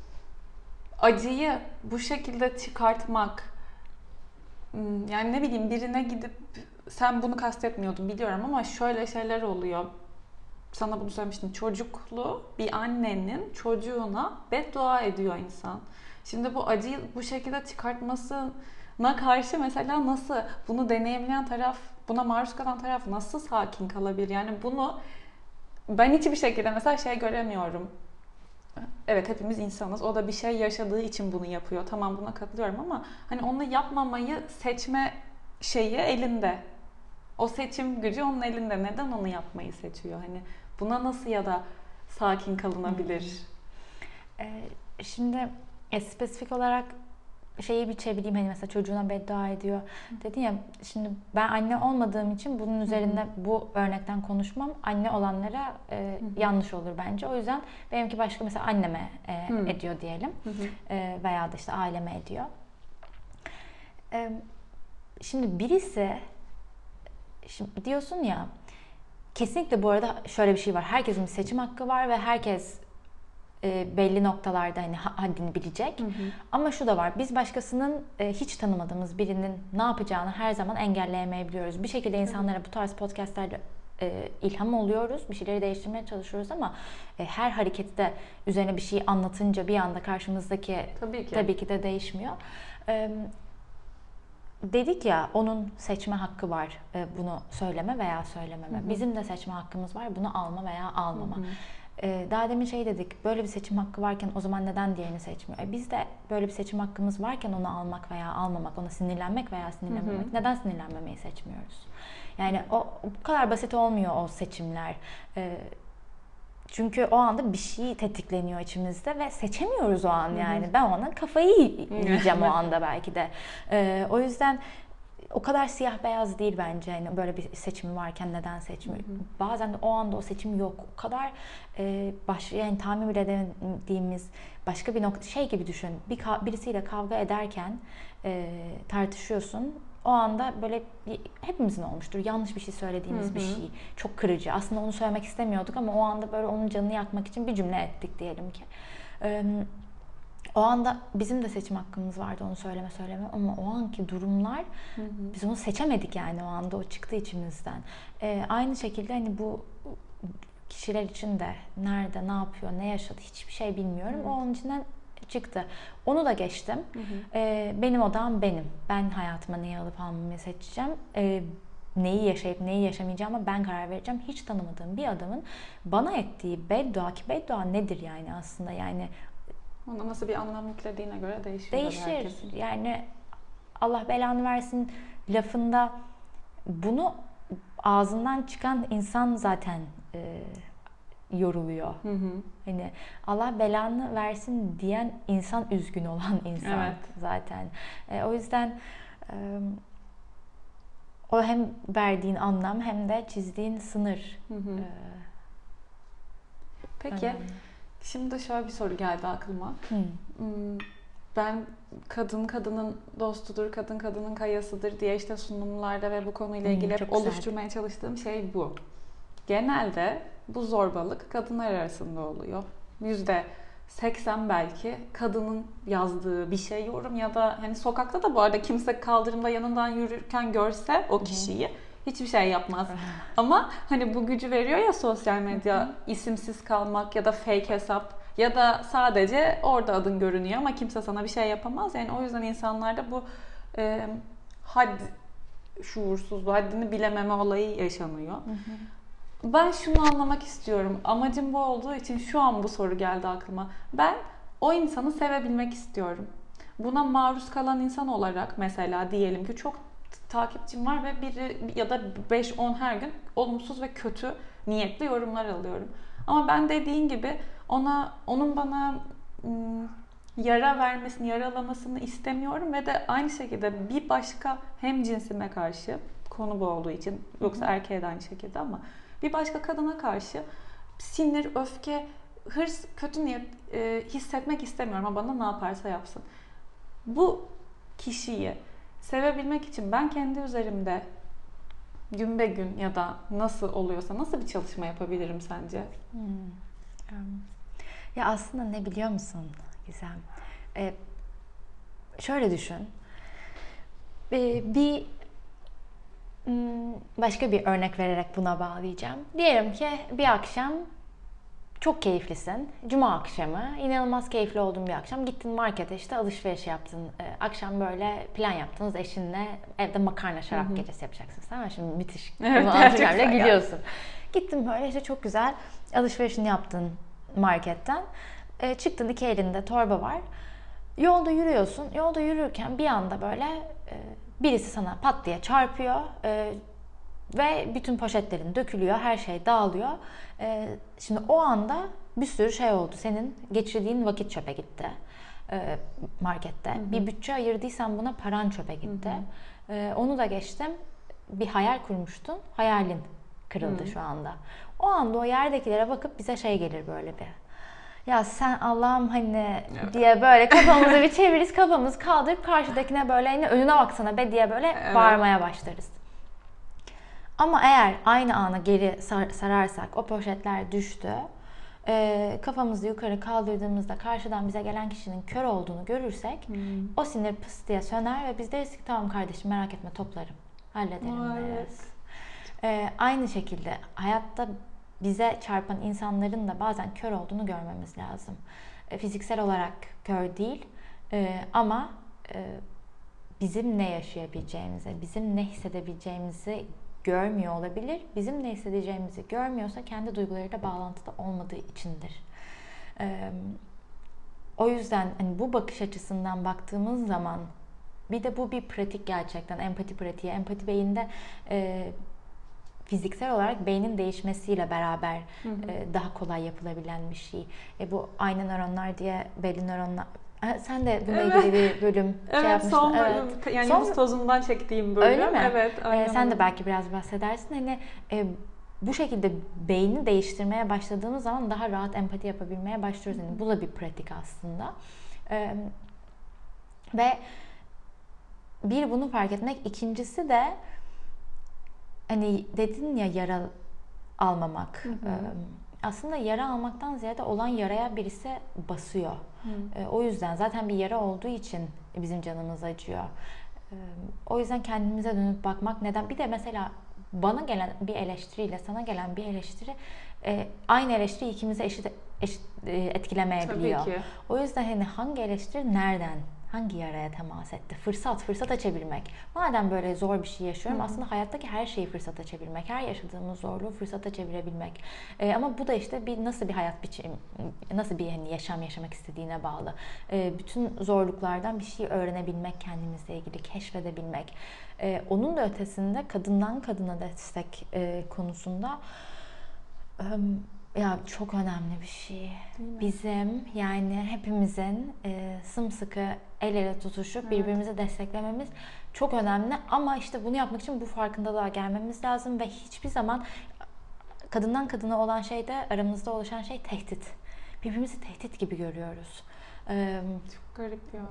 A: acıyı bu şekilde çıkartmak, yani ne bileyim birine gidip sen bunu kastetmiyordun biliyorum ama şöyle şeyler oluyor. Sana bunu söylemiştim. Çocuklu bir annenin çocuğuna beddua ediyor insan. Şimdi bu acıyı bu şekilde çıkartmasına karşı mesela nasıl bunu deneyimleyen taraf, buna maruz kalan taraf nasıl sakin kalabilir? Yani bunu ben hiçbir şekilde mesela şey göremiyorum. Evet hepimiz insanız. O da bir şey yaşadığı için bunu yapıyor. Tamam buna katılıyorum ama hani onu yapmamayı seçme şeyi elinde. O seçim gücü onun elinde. Neden onu yapmayı seçiyor? Hani buna nasıl ya da sakin kalınabilir?
B: Hmm. Ee, şimdi e, spesifik olarak şeyi bir çevireyim hani mesela çocuğuna beddua ediyor. Dedin ya şimdi ben anne olmadığım için bunun üzerinde Hı-hı. bu örnekten konuşmam anne olanlara e, yanlış olur bence. O yüzden benimki başka mesela anneme e, ediyor diyelim. E, veya da işte aileme ediyor. E, şimdi birisi şimdi diyorsun ya kesinlikle bu arada şöyle bir şey var. Herkesin bir seçim hakkı var ve herkes E, belli noktalarda hani haddini bilecek. Hı hı. Ama şu da var. Biz başkasının e, hiç tanımadığımız birinin ne yapacağını her zaman engelleyemeyebiliyoruz. Bir şekilde insanlara bu tarz podcastlerle e, ilham oluyoruz. Bir şeyleri değiştirmeye çalışıyoruz ama e, her hareketi de üzerine bir şey anlatınca bir anda karşımızdaki tabii ki, tabii ki de değişmiyor. E, dedik ya onun seçme hakkı var. E, bunu söyleme veya söylememe. Hı hı. Bizim de seçme hakkımız var. Bunu alma veya almama. Hı hı. Daha demin şey dedik, böyle bir seçim hakkı varken o zaman neden diğerini seçmiyor? E biz de böyle bir seçim hakkımız varken onu almak veya almamak, ona sinirlenmek veya sinirlenmemek, hı hı. neden sinirlenmemeyi seçmiyoruz? Yani o bu kadar basit olmuyor o seçimler. Çünkü o anda bir şey tetikleniyor içimizde ve seçemiyoruz o an yani. Hı hı. Ben ona kafayı yiyeceğim o anda belki de. O yüzden o kadar siyah beyaz değil bence. Yani böyle bir seçimi varken neden seçmiyor? Bazen de o anda o seçim yok. O kadar e, baş, yani tahmin bile edemediğimiz başka bir nokta, şey gibi düşün. Bir birisiyle kavga ederken e, tartışıyorsun. O anda böyle bir, hepimizin olmuştur. Yanlış bir şey söylediğimiz hı hı. bir şey. Çok kırıcı. Aslında onu söylemek istemiyorduk ama o anda böyle onun canını yakmak için bir cümle ettik diyelim ki. E, O anda bizim de seçim hakkımız vardı, onu söyleme söyleme, ama o anki durumlar, hı hı. biz onu seçemedik yani, o anda o çıktı içimizden. Ee, aynı şekilde hani bu kişiler için de nerede, ne yapıyor, ne yaşadı hiçbir şey bilmiyorum. Hı. O onun içinden çıktı. Onu da geçtim. Hı hı. Ee, benim odam benim. Ben hayatıma neyi alıp almamayı seçeceğim. Ee, neyi yaşayıp neyi yaşamayacağıma ben karar vereceğim. Hiç tanımadığım bir adamın bana ettiği beddua, ki beddua nedir yani aslında, yani
A: ona nasıl bir anlam yüklediğine göre değişir.
B: Değişir. Yani Allah belanı versin lafında bunu ağzından çıkan insan zaten e, yoruluyor. Hı hı. Hani Allah belanı versin diyen insan üzgün olan insan, evet. zaten. E, o yüzden e, o hem verdiğin anlam hem de çizdiğin sınır. Hı hı. E,
A: Peki. Önemli. Şimdi şöyle bir soru geldi aklıma. Hmm. Ben kadın kadının dostudur, kadın kadının kayasıdır diye işte sunumlarda ve bu konuyla ilgili hmm, hep oluşturmaya çalıştığım şey bu. Genelde bu zorbalık kadınlar arasında oluyor. Yüzde seksen belki kadının yazdığı bir şey yorum ya da hani sokakta da bu arada kimse kaldırımda yanından yürürken görse o kişiyi hiçbir şey yapmaz. Ama hani bu gücü veriyor ya sosyal medya, isimsiz kalmak ya da fake hesap ya da sadece orada adın görünüyor ama kimse sana bir şey yapamaz. Yani o yüzden insanlarda bu e, had şuursuzluğu, haddini bilememe olayı yaşanıyor. Hı hı. Ben şunu anlamak istiyorum. Amacım bu olduğu için şu an bu soru geldi aklıma. Ben o insanı sevebilmek istiyorum. Buna maruz kalan insan olarak mesela diyelim ki çok takipçim var ve biri ya da beş on her gün olumsuz ve kötü niyetli yorumlar alıyorum. Ama ben dediğin gibi ona onun bana ım, yara vermesini, yaralamasını istemiyorum ve de aynı şekilde bir başka hemcinsime karşı, konu bu olduğu için, yoksa erkeğe de aynı şekilde, ama bir başka kadına karşı sinir, öfke, hırs, kötü niyet e, hissetmek istemiyorum ama bana ne yaparsa yapsın. Bu kişiyi sevebilmek için ben kendi üzerimde gün be gün ya da nasıl oluyorsa nasıl bir çalışma yapabilirim sence? Hmm.
B: Ya aslında ne biliyor musun Gizem? Ee, şöyle düşün. Ee, bir başka bir örnek vererek buna bağlayacağım. Diyelim ki bir akşam çok keyiflisin. Cuma akşamı. İnanılmaz keyifli olduğun bir akşam. Gittin markete, işte alışveriş yaptın. Ee, akşam böyle plan yaptınız eşinle. Evde makarna şarap Hı-hı. gecesi yapacaksınız. Tamam, şimdi müthiş.
A: Evet,
B: gerçekten gülüyorsun. Gittin böyle işte çok güzel alışverişini yaptın marketten. Ee, çıktın, iki elinde torba var. Yolda yürüyorsun. Yolda yürürken bir anda böyle e, birisi sana pat diye çarpıyor. E, Ve bütün poşetlerin dökülüyor, her şey dağılıyor. Ee, şimdi o anda bir sürü şey oldu. Senin geçirdiğin vakit çöpe gitti ee, markette. Hı hı. Bir bütçe ayırdıysan buna, paran çöpe gitti. Hı hı. Ee, onu da geçtim. Bir hayal kurmuştun, hayalin kırıldı hı. şu anda. O anda o yerdekilere bakıp bize şey gelir böyle bir. Ya sen Allah'ım hani evet. diye böyle kafamızı bir çeviririz, kafamızı kaldırıp karşıdakine böyle hani önüne baksana be diye böyle evet. bağırmaya başlarız. Ama eğer aynı ana geri sar, sararsak, o poşetler düştü, e, kafamızı yukarı kaldırdığımızda karşıdan bize gelen kişinin kör olduğunu görürsek, hmm. o sinir pıs diye söner ve biz deriz ki tamam kardeşim merak etme, toplarım, hallederim deriz. E, aynı şekilde hayatta bize çarpan insanların da bazen kör olduğunu görmemiz lazım. E, fiziksel olarak kör değil e, ama e, bizim ne yaşayabileceğimizi, bizim ne hissedebileceğimizi görmüyor olabilir. Bizim ne hissedeceğimizi görmüyorsa kendi duygularıyla bağlantıda olmadığı içindir. Ee, o yüzden hani bu bakış açısından baktığımız zaman, bir de bu bir pratik gerçekten, empati pratiği. Empati beyinde e, fiziksel olarak beynin değişmesiyle beraber hı hı. E, daha kolay yapılabilen bir şey. E, bu aynı nöronlar diye belli nöronlar, Sen de bununla
A: Evet.
B: ilgili bir bölüm
A: evet,
B: şey yapmıştın.
A: Son
B: Evet,
A: bölüm. Yani
B: son
A: Yıldız Tozu'ndan çektiğim bölüm.
B: Öyle mi?
A: Evet.
B: Ee, sen de belki biraz bahsedersin. Hani e, bu şekilde beyni değiştirmeye başladığımız zaman daha rahat empati yapabilmeye başlıyoruz. Yani bu da bir pratik aslında. Ee, ve bir bunu fark etmek. İkincisi de hani dedin ya yara almamak.
A: Hı hı.
B: Ee, aslında yara almaktan ziyade olan yaraya birisi basıyor. Ee, o yüzden zaten bir yara olduğu için bizim canımız acıyor. Ee, o yüzden kendimize dönüp bakmak neden? Bir de mesela bana gelen bir eleştiriyle sana gelen bir eleştiri e, aynı eleştiri ikimize eşit, eşit e, etkilemeyebiliyor.
A: Tabii ki.
B: O yüzden hani hangi eleştiri nereden, hangi yaraya temas etti? Fırsat, fırsata çevirmek. Madem böyle zor bir şey yaşıyorum, Hı-hı. aslında hayattaki her şeyi fırsata çevirmek, her yaşadığımız zorluğu fırsata çevirebilmek. Ee, ama bu da işte bir nasıl bir hayat biçimi, nasıl bir hani yaşam yaşamak istediğine bağlı. Ee, bütün zorluklardan bir şey öğrenebilmek, kendimizle ilgili keşfedebilmek. Ee, onun da ötesinde kadından kadına destek e, konusunda e, ya çok önemli bir şey. Bizim yani hepimizin e, sımsıkı el ele tutuşup evet. birbirimizi desteklememiz çok önemli. Ama işte bunu yapmak için bu farkındalığa gelmemiz lazım ve hiçbir zaman kadından kadına olan şey de aramızda oluşan şey tehdit. Birbirimizi tehdit gibi görüyoruz. Ee,
A: çok garip ya.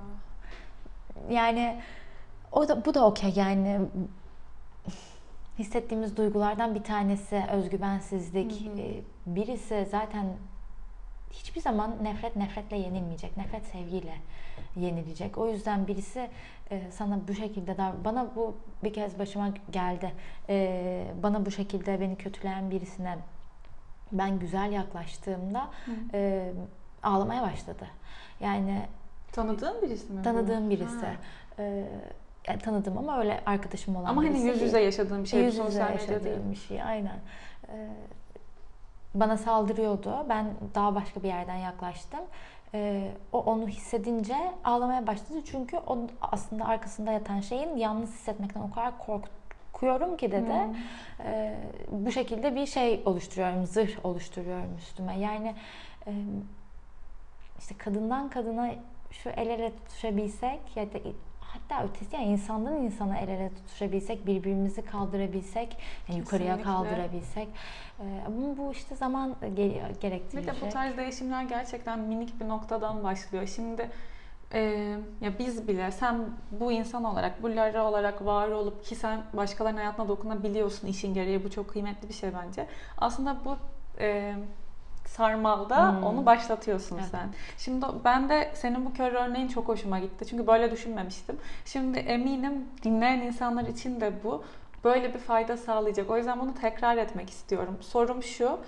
B: Yani o da bu da okey yani. Hissettiğimiz duygulardan bir tanesi özgüvensizlik. Hı hı. Birisi zaten hiçbir zaman nefret nefretle yenilmeyecek. Nefret sevgiyle yenilecek. O yüzden birisi sana bu şekilde davran... Bana bu bir kez başıma geldi. Bana bu şekilde beni kötüleyen birisine ben güzel yaklaştığımda hı. ağlamaya başladı. Yani
A: tanıdığın birisi mi?
B: Tanıdığım birisi. Yani tanıdım ama öyle arkadaşım olan
A: ama
B: birisi.
A: Ama hani yüz yüze yaşadığım bir şey.
B: Yüz yüze yaşadığım bir şey, aynen. Ee, bana saldırıyordu. Ben daha başka bir yerden yaklaştım. Ee, o onu hissedince ağlamaya başladı. Çünkü o aslında arkasında yatan şeyin yalnız hissetmekten o kadar korkuyorum ki dedi. Hmm. Ee, bu şekilde bir şey oluşturuyorum, zırh oluşturuyorum üstüme. Yani e, işte kadından kadına şu el ele tutuşabilsek ya da hatta ötesi yani insandan insana el ele tutuşabilsek, birbirimizi kaldırabilsek, yani yukarıya kaldırabilsek. Ama bu işte zaman gerektirecek.
A: Bir de bu tarz değişimler gerçekten minik bir noktadan başlıyor. Şimdi e, ya biz bile, sen bu insan olarak, bu Lara olarak var olup ki sen başkalarının hayatına dokunabiliyorsun işin gereği. Bu çok kıymetli bir şey bence. Aslında bu e, sarmalda hmm. onu başlatıyorsun evet. sen. Şimdi ben de senin bu kör örneğin çok hoşuma gitti. Çünkü böyle düşünmemiştim. Şimdi eminim dinleyen insanlar için de bu böyle bir fayda sağlayacak. O yüzden bunu tekrar etmek istiyorum. Sorum şu: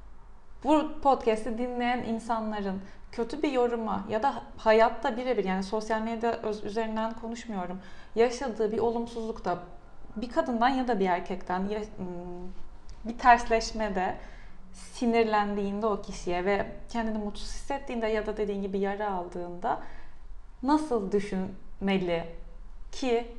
A: bu podcast'i dinleyen insanların kötü bir yoruma ya da hayatta birebir, yani sosyal medya üzerinden konuşmuyorum, yaşadığı bir olumsuzlukta bir kadından ya da bir erkekten bir tersleşmede sinirlendiğinde o kişiye ve kendini mutsuz hissettiğinde ya da dediğin gibi yara aldığında nasıl düşünmeli ki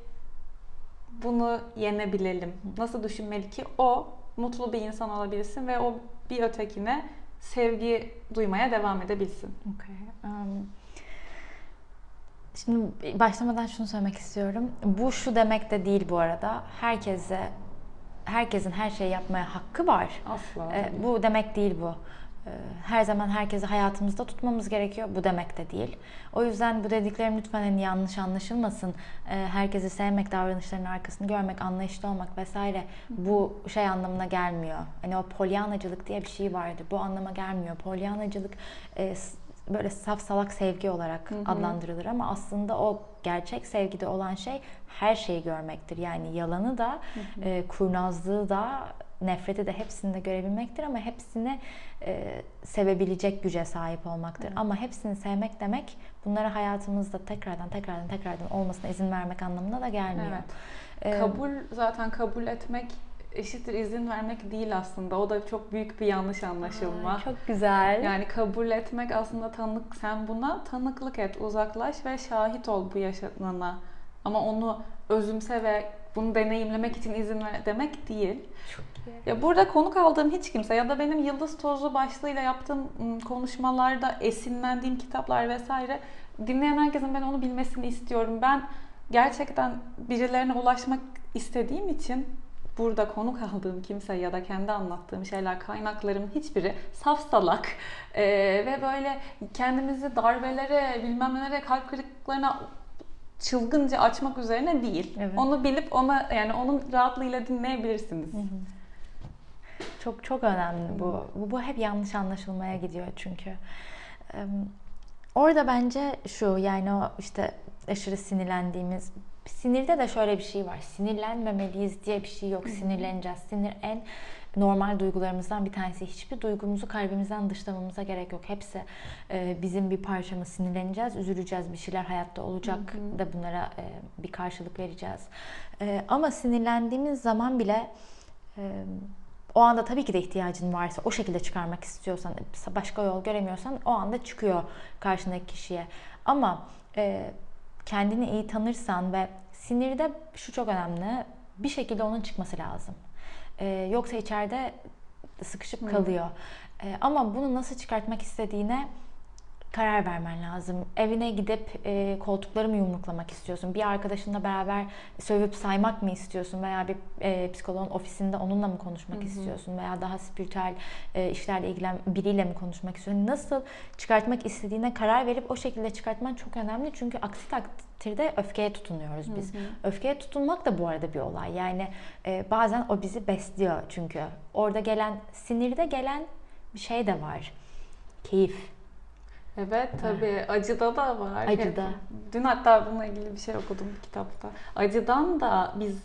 A: bunu yenebilelim? Nasıl düşünmeli ki o mutlu bir insan olabilsin ve o bir ötekine sevgi duymaya devam edebilsin?
B: Okay. Um, şimdi başlamadan şunu söylemek istiyorum. Bu şu demek de değil bu arada. Herkese Herkesin her şeyi yapmaya hakkı var.
A: Asla.
B: Ee, bu demek değil bu. Ee, her zaman herkesi hayatımızda tutmamız gerekiyor. Bu demek de değil. O yüzden bu dediklerim lütfen hani yanlış anlaşılmasın. Ee, herkesi sevmek, davranışlarının arkasını görmek, anlayışlı olmak vesaire bu şey anlamına gelmiyor. Hani o polyanacılık diye bir şey vardı. Bu anlama gelmiyor. Polyanacılık e, böyle saf salak sevgi olarak hı hı. adlandırılır ama aslında o gerçek sevgide olan şey her şeyi görmektir. Yani yalanı da, hı hı. E, kurnazlığı da, nefreti de, hepsini de görebilmektir ama hepsini e, sevebilecek güce sahip olmaktır. Evet. Ama hepsini sevmek demek bunları hayatımızda tekrardan tekrardan tekrardan olmasına izin vermek anlamına da gelmiyor.
A: Evet. Ee, kabul zaten kabul etmek eşittir izin vermek değil aslında. O da çok büyük bir yanlış anlaşılma.
B: Aa, çok güzel.
A: Yani kabul etmek aslında tanık, sen buna tanıklık et, uzaklaş ve şahit ol bu yaşanana. Ama onu özümse ve bunu deneyimlemek için izin ver demek değil.
B: Çok iyi.
A: Ya burada konuk aldığım hiç kimse ya da benim Yıldız Tozu başlığıyla yaptığım konuşmalarda esinlendiğim kitaplar vesaire, dinleyen herkesin ben onu bilmesini istiyorum. Ben gerçekten birilerine ulaşmak istediğim için burada konuk aldığım kimse ya da kendi anlattığım şeyler, kaynaklarımın hiçbiri saf salak ee, ve böyle kendimizi darbelere, bilmem nelere, kalp kırıklıklarına çılgınca açmak üzerine değil. Evet. Onu bilip ona, yani onun rahatlığıyla dinleyebilirsiniz. Hı hı.
B: Çok çok önemli bu. bu. Bu hep yanlış anlaşılmaya gidiyor çünkü. Ee, orada bence şu, yani o işte aşırı sinirlendiğimiz, sinirde de şöyle bir şey var. Sinirlenmemeliyiz diye bir şey yok. Hı-hı. Sinirleneceğiz. Sinir en normal duygularımızdan bir tanesi. Hiçbir duygumuzu kalbimizden dışlamamıza gerek yok. Hepsi e, bizim bir parçamız. Sinirleneceğiz, üzüleceğiz. Bir şeyler hayatta olacak Hı-hı. da bunlara e, bir karşılık vereceğiz. E, ama sinirlendiğimiz zaman bile e, o anda tabii ki de ihtiyacın varsa, o şekilde çıkarmak istiyorsan, başka yol göremiyorsan o anda çıkıyor karşındaki kişiye. Ama e, kendini iyi tanırsan ve sinirde şu çok önemli, bir şekilde onun çıkması lazım. Ee, yoksa içeride sıkışıp hmm. kalıyor. Ee, ama bunu nasıl çıkartmak istediğine karar vermen lazım. Evine gidip e, koltukları mı yumruklamak istiyorsun? Bir arkadaşınla beraber sövüp saymak mı istiyorsun? Veya bir e, psikoloğun ofisinde onunla mı konuşmak hı hı. istiyorsun? Veya daha spiritüel e, işlerle ilgilen biriyle mi konuşmak istiyorsun? Nasıl çıkartmak istediğine karar verip o şekilde çıkartman çok önemli. Çünkü aksi takdirde öfkeye tutunuyoruz biz. Hı hı. Öfkeye tutunmak da bu arada bir olay. Yani e, bazen o bizi besliyor çünkü. Orada gelen, sinirde gelen bir şey de var. Keyif.
A: Evet tabii. Acıda da var.
B: Acıda.
A: Hep, dün hatta bununla ilgili bir şey okudum bir kitapta. Acıdan da biz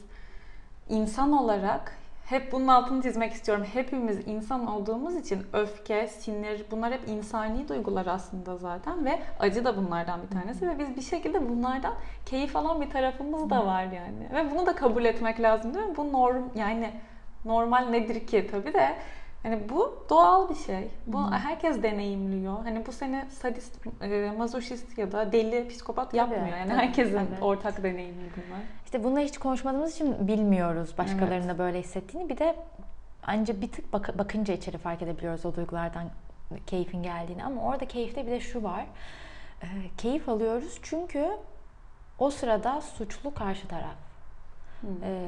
A: insan olarak, hep bunun altını çizmek istiyorum. Hepimiz insan olduğumuz için öfke, sinir, bunlar hep insani duygular aslında zaten ve acı da bunlardan bir tanesi. Ve biz bir şekilde bunlardan keyif alan bir tarafımız da var yani. Ve bunu da kabul etmek lazım değil mi? Bu norm, yani normal nedir ki tabii de. Hani bu doğal bir şey. Bu hmm. herkes deneyimliyor. Hani bu seni sadist, e, mazoşist ya da deli, psikopat tabii, yapmıyor. Yani tabii, herkesin evet. ortak deneyimi bunlar.
B: İşte bunları hiç konuşmadığımız için bilmiyoruz başkalarının evet. da böyle hissettiğini. Bir de ancak bir tık bak- bakınca içeri fark edebiliyoruz o duygulardan keyfin geldiğini. Ama orada keyifte bir de şu var. E, keyif alıyoruz çünkü o sırada suçlu karşı taraf. Hmm. E,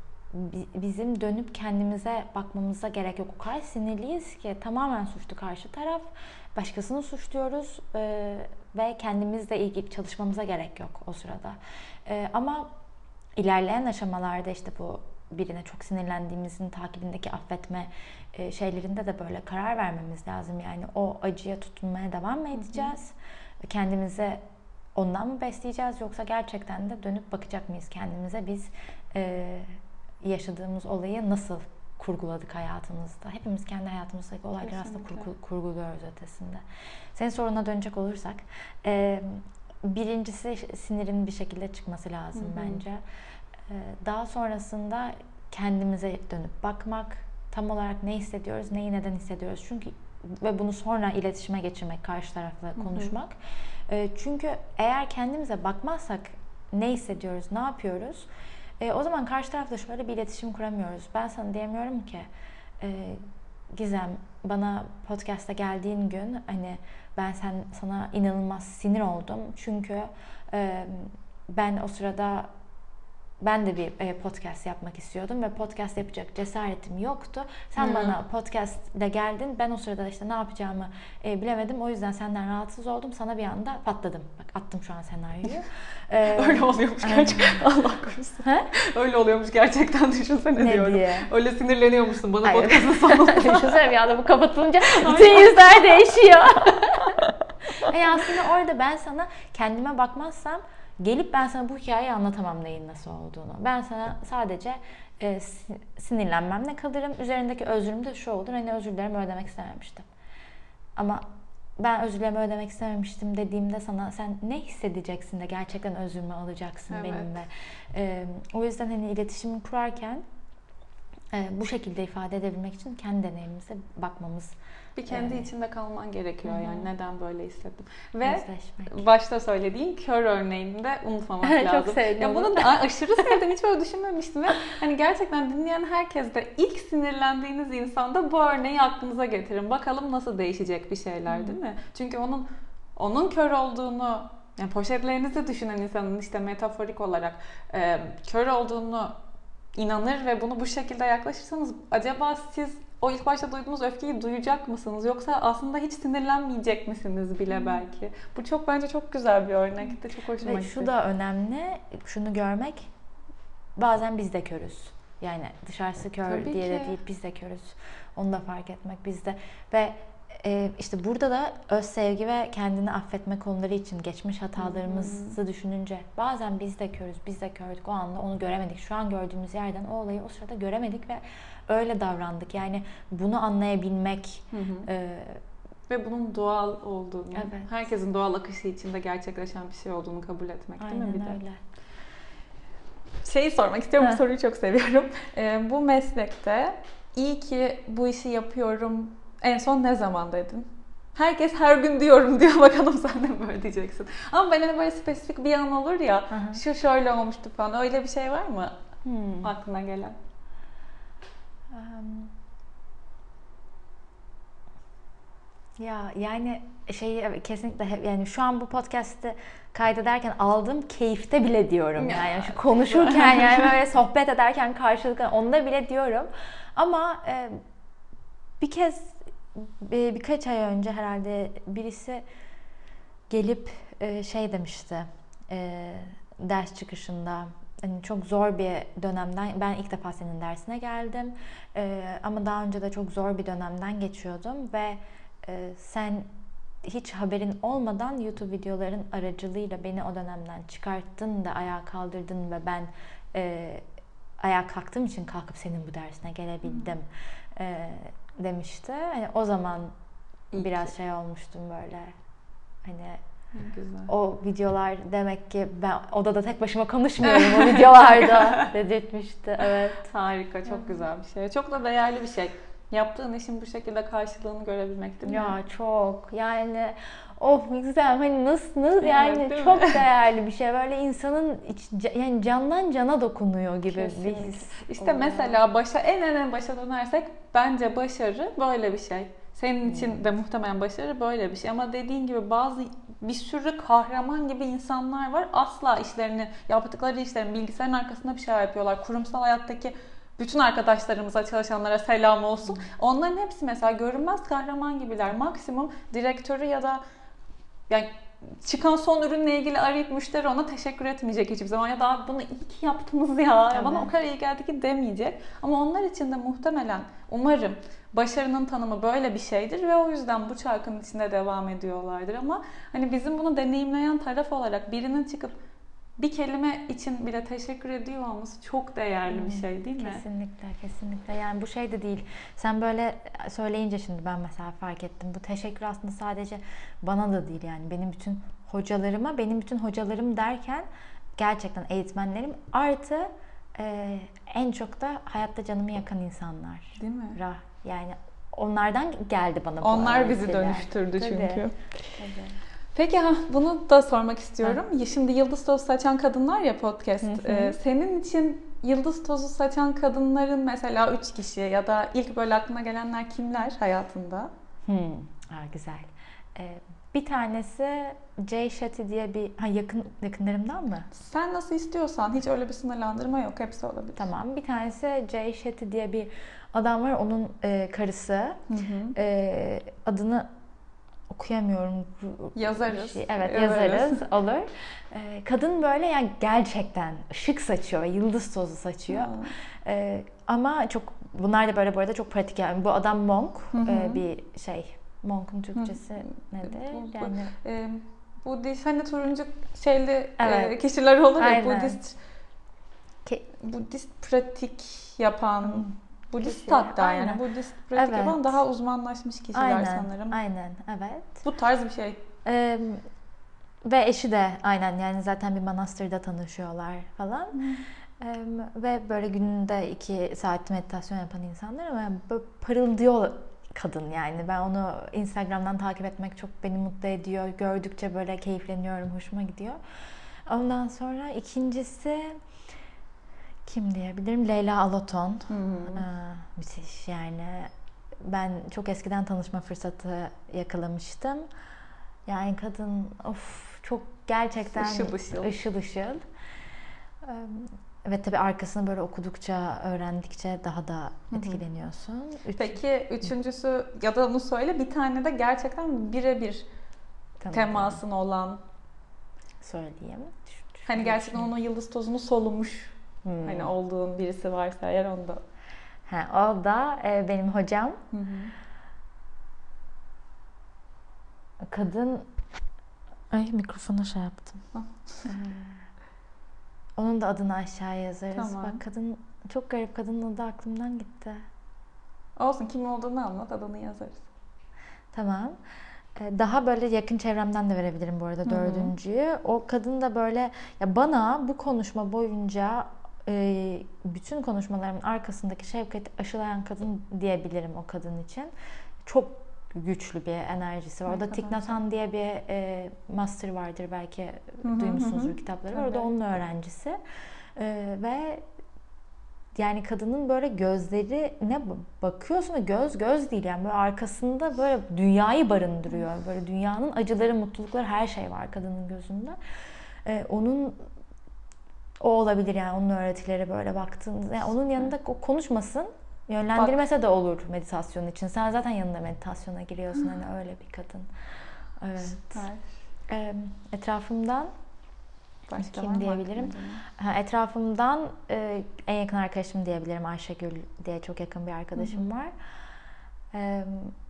B: bizim dönüp kendimize bakmamıza gerek yok. O kadar sinirliyiz ki tamamen suçlu karşı taraf. Başkasını suçluyoruz e, ve kendimizle ilgili çalışmamıza gerek yok o sırada. E, ama ilerleyen aşamalarda işte bu birine çok sinirlendiğimizin takibindeki affetme e, şeylerinde de böyle karar vermemiz lazım. Yani o acıya tutunmaya devam mı edeceğiz? Hı hı. Kendimize ondan mı besleyeceğiz yoksa gerçekten de dönüp bakacak mıyız kendimize? Biz e, yaşadığımız olayı nasıl kurguladık hayatımızda? Hepimiz kendi hayatımızdaki olayları aslında kurgu, kurguluyoruz ötesinde. Senin soruna dönecek olursak, e, birincisi sinirin bir şekilde çıkması lazım hı hı. bence. E, daha sonrasında kendimize dönüp bakmak, tam olarak ne hissediyoruz, neyi neden hissediyoruz? Çünkü ve bunu sonra iletişime geçirmek, karşı tarafla konuşmak. Hı hı. E, çünkü eğer kendimize bakmazsak ne hissediyoruz, ne yapıyoruz? E, o zaman karşı tarafla şöyle bir iletişim kuramıyoruz. Ben sana diyemiyorum ki e, Gizem, bana podcast'a geldiğin gün hani ben sen sana inanılmaz sinir oldum. Çünkü e, ben o sırada ben de bir podcast yapmak istiyordum ve podcast yapacak cesaretim yoktu. Sen hmm. bana podcast ile geldin. Ben o sırada işte ne yapacağımı e, bilemedim. O yüzden senden rahatsız oldum. Sana bir anda patladım. Bak attım şu an senaryoyu.
A: Ee, Öyle oluyormuş gerçekten. Allah korusun. He? Öyle oluyormuş gerçekten. Düşünsene ne diyorum. Diye? Öyle sinirleniyormuşsun bana podcast'ın sonunda.
B: Düşünsene bir anda bu kapatılınca bütün yüzler değişiyor. Yani aslında orada ben sana kendime bakmazsam gelip ben sana bu hikayeyi anlatamam neyin nasıl olduğunu. Ben sana sadece e, sinirlenmemle kalırım. Üzerindeki özrüm de şu olur. Hani özür dilerim ödemek istememiştim. Ama ben özür dilerim ödemek istememiştim dediğimde sana sen ne hissedeceksin de gerçekten özrümü alacaksın evet. benimle. E, o yüzden hani iletişimi kurarken e, bu şekilde ifade edebilmek için kendi deneyimimize bakmamız.
A: Bir kendi
B: Evet.
A: içinde kalman gerekiyor
B: Hı-hı.
A: yani neden böyle hissettim. Ve
B: Özleşmek.
A: başta söylediğin kör örneğini de unutmamak lazım.
B: Çok sevdim.
A: Ya bunu da aşırı sevdim. Hiç böyle düşünmemiştim ve hani gerçekten dinleyen herkes de ilk sinirlendiğiniz insanda bu örneği aklınıza getirin. Bakalım nasıl değişecek bir şeyler,
B: Hı-hı.
A: değil mi? Çünkü onun onun kör olduğunu, yani poşetlerinizi düşünen insanın işte metaforik olarak e, kör olduğunu inanır ve bunu bu şekilde yaklaşırsanız acaba siz o ilk başta duyduğunuz öfkeyi duyacak mısınız? Yoksa aslında hiç sinirlenmeyecek misiniz bile belki? Bu çok bence çok güzel bir örnek de çok hoşuma
B: Ve
A: gitti.
B: şu da önemli, şunu görmek, bazen biz de körüz. Yani dışarısı kör
A: Tabii
B: diye
A: ki.
B: de değil, biz de körüz. Onu da fark etmek bizde. Ve e, işte burada da öz sevgi ve kendini affetme konuları için geçmiş hatalarımızı hmm. düşününce bazen biz de körüz, biz de kördük. O anda onu göremedik. Şu an gördüğümüz yerden o olayı o sırada göremedik ve öyle davrandık. Yani bunu anlayabilmek...
A: Hı hı.
B: E,
A: ve bunun doğal olduğunu,
B: evet.
A: herkesin doğal akışı içinde gerçekleşen bir şey olduğunu kabul etmek.
B: Aynen
A: değil mi bir de?
B: Öyle.
A: Şeyi sormak istiyorum, bu soruyu çok seviyorum. Ee, bu meslekte iyi ki bu işi yapıyorum en son ne zaman dedin? Herkes her gün diyorum diyor, bakalım sen de mi böyle diyeceksin. Ama ben hani böyle spesifik bir an olur ya, Hı-hı. şu şöyle olmuştu falan, öyle bir şey var mı hmm. aklına gelen?
B: Um... Ya yani şey kesinlikle yani şu an bu podcast'ı kaydederken aldığım keyifte bile diyorum yani, yani şu konuşurken yani böyle sohbet ederken karşılıklı onda bile diyorum ama e, bir kez bir, birkaç ay önce herhalde birisi gelip e, şey demişti e, ders çıkışında. Yani çok zor bir dönemden, ben ilk defa senin dersine geldim e, ama daha önce de çok zor bir dönemden geçiyordum ve e, sen hiç haberin olmadan YouTube videoların aracılığıyla beni o dönemden çıkarttın da ayağa kaldırdın ve ben e, ayağa kalktığım için kalkıp senin bu dersine gelebildim e, demişti. Yani o zaman İyi biraz ki. şey olmuştum böyle hani
A: Güzel.
B: O videolar demek ki ben odada tek başıma konuşmuyorum o videolarda dedirtmişti. Evet.
A: Harika, çok güzel bir şey. Çok da değerli bir şey. Yaptığın işin bu şekilde karşılığını görebilmek değil mi?
B: Ya çok. Yani of ne güzel. Hani nasıl, nasıl yani
A: evet,
B: çok mi? değerli bir şey. Böyle insanın iç, yani candan cana dokunuyor gibi Kesinlikle. bir his.
A: İşte oluyor. Mesela başa en en en başa dönersek bence başarı böyle bir şey. Senin için hmm. de muhtemelen başarı böyle bir şey. Ama dediğin gibi bazı bir sürü kahraman gibi insanlar var. Asla işlerini, yaptıkları işlerin bilgisayarın arkasında bir şey yapıyorlar. Kurumsal hayattaki bütün arkadaşlarımıza, çalışanlara selam olsun. Hmm. Onların hepsi mesela görünmez kahraman gibiler. Maksimum direktörü ya da yani çıkan son ürünle ilgili arayıp müşteri ona teşekkür etmeyecek hiçbir zaman. Ya da bunu iyi ki yaptınız ya. Evet. Bana o kadar iyi geldi ki demeyecek. Ama onlar için de muhtemelen, umarım başarının tanımı böyle bir şeydir ve o yüzden bu çarkın içinde devam ediyorlardır. Ama hani bizim bunu deneyimleyen taraf olarak birinin çıkıp bir kelime için bile teşekkür ediyor olması çok değerli hmm, bir şey değil mi?
B: Kesinlikle, kesinlikle. Yani bu şey de değil. Sen böyle söyleyince şimdi ben mesela fark ettim. Bu teşekkür aslında sadece bana da değil yani. Benim bütün hocalarıma, benim bütün hocalarım derken gerçekten eğitmenlerim artı e, en çok da hayatta canımı yakan insanlar.
A: Değil mi?
B: Rah. Yani onlardan geldi bana bu
A: Onlar bizi şeyler. dönüştürdü Tabii. çünkü. Tabii. Peki ha, bunu da sormak istiyorum. Ha. Şimdi Yıldız Tozu Saçan Kadınlar ya podcast. Ee, senin için yıldız tozu saçan kadınların mesela üç kişi ya da ilk böyle aklına gelenler kimler hayatında?
B: Hmm. Aa, güzel. Ee, bir tanesi Jay Shetty diye bir ha, yakın yakınlarımdan mı?
A: Sen nasıl istiyorsan, hiç öyle bir sınırlandırma yok, hepsi olabilir.
B: Tamam. Bir tanesi Jay Shetty diye bir adam var. Onun e, karısı. Hı hı. E, adını okuyamıyorum.
A: Yazarız.
B: Şey. Evet yazarız. yazarız. Olur. Ee, kadın böyle yani gerçekten ışık saçıyor. Yıldız tozu saçıyor. Ee, ama çok bunlar da böyle bu arada çok pratik yani. Bu adam monk. Ee, bir şey. Monk'un Türkçesi hı. nedir?
A: Bu,
B: yani
A: e, Budist hani turuncu şeyli evet. e, kişiler olur ya Budist Ke- Budist pratik yapan hı. Budist Kişi, hatta aynen. yani Budist pratik evet. yapan daha uzmanlaşmış kişiler
B: aynen,
A: sanırım.
B: Aynen, evet.
A: Bu tarz bir şey.
B: Ee, ve eşi de aynen yani zaten bir manastırda tanışıyorlar falan. Ee, ve böyle gününde iki saat meditasyon yapan insanlar ama böyle parıldıyor kadın yani. Ben onu Instagram'dan takip etmek çok beni mutlu ediyor. Gördükçe böyle keyifleniyorum, hoşuma gidiyor. Ondan sonra ikincisi kim diyebilirim? Leyla Alaton.
A: Hı hı.
B: Ee, müthiş yani. Ben çok eskiden tanışma fırsatı yakalamıştım. Yani kadın of çok gerçekten
A: Işıl ışıl.
B: ışıl ışıl. Ve tabii arkasını böyle okudukça, öğrendikçe daha da etkileniyorsun. Üç...
A: Peki üçüncüsü ya da onu söyle, bir tane de gerçekten birebir temasın olan.
B: Söyleyeyim.
A: Hani gerçekten onun yıldız tozunu solumuş. Hmm. Hani olduğun birisi varsa eğer onda.
B: Ha, o da e, benim hocam. Hı hı. Kadın... Ay mikrofona şey yaptım. Onun da adını aşağıya yazarız.
A: Tamam.
B: Bak kadın, çok garip, kadının adı aklımdan gitti.
A: Olsun, kim olduğunu anlat, adını yazarız.
B: Tamam. Daha böyle yakın çevremden de verebilirim bu arada dördüncüyü. O kadın da böyle, ya bana bu konuşma boyunca e, bütün konuşmalarımın arkasındaki şefkati aşılayan kadın diyebilirim o kadın için. Çok güçlü bir enerjisi var. Orada Thich Nhat Hanh diye bir e, master vardır, belki hı-hı, duymuşsunuzdur hı-hı. kitapları. Evet. Orada onun öğrencisi. E, ve yani kadının böyle gözlerine bakıyorsun ve göz göz değil yani, böyle arkasında böyle dünyayı barındırıyor. Böyle dünyanın acıları, mutlulukları, her şey var kadının gözünde. Ee, onun o olabilir yani, onun öğretileri böyle baktığınızda. Yani onun yanında konuşmasın, yönlendirmese Bak. de olur meditasyon için. Sen zaten yanında meditasyona giriyorsun. Hani öyle bir kadın. Evet. Ee, etrafımdan Başka kim diyebilirim? Ha, etrafımdan e, en yakın arkadaşım diyebilirim. Ayşegül diye çok yakın bir arkadaşım Hı-hı. var. E,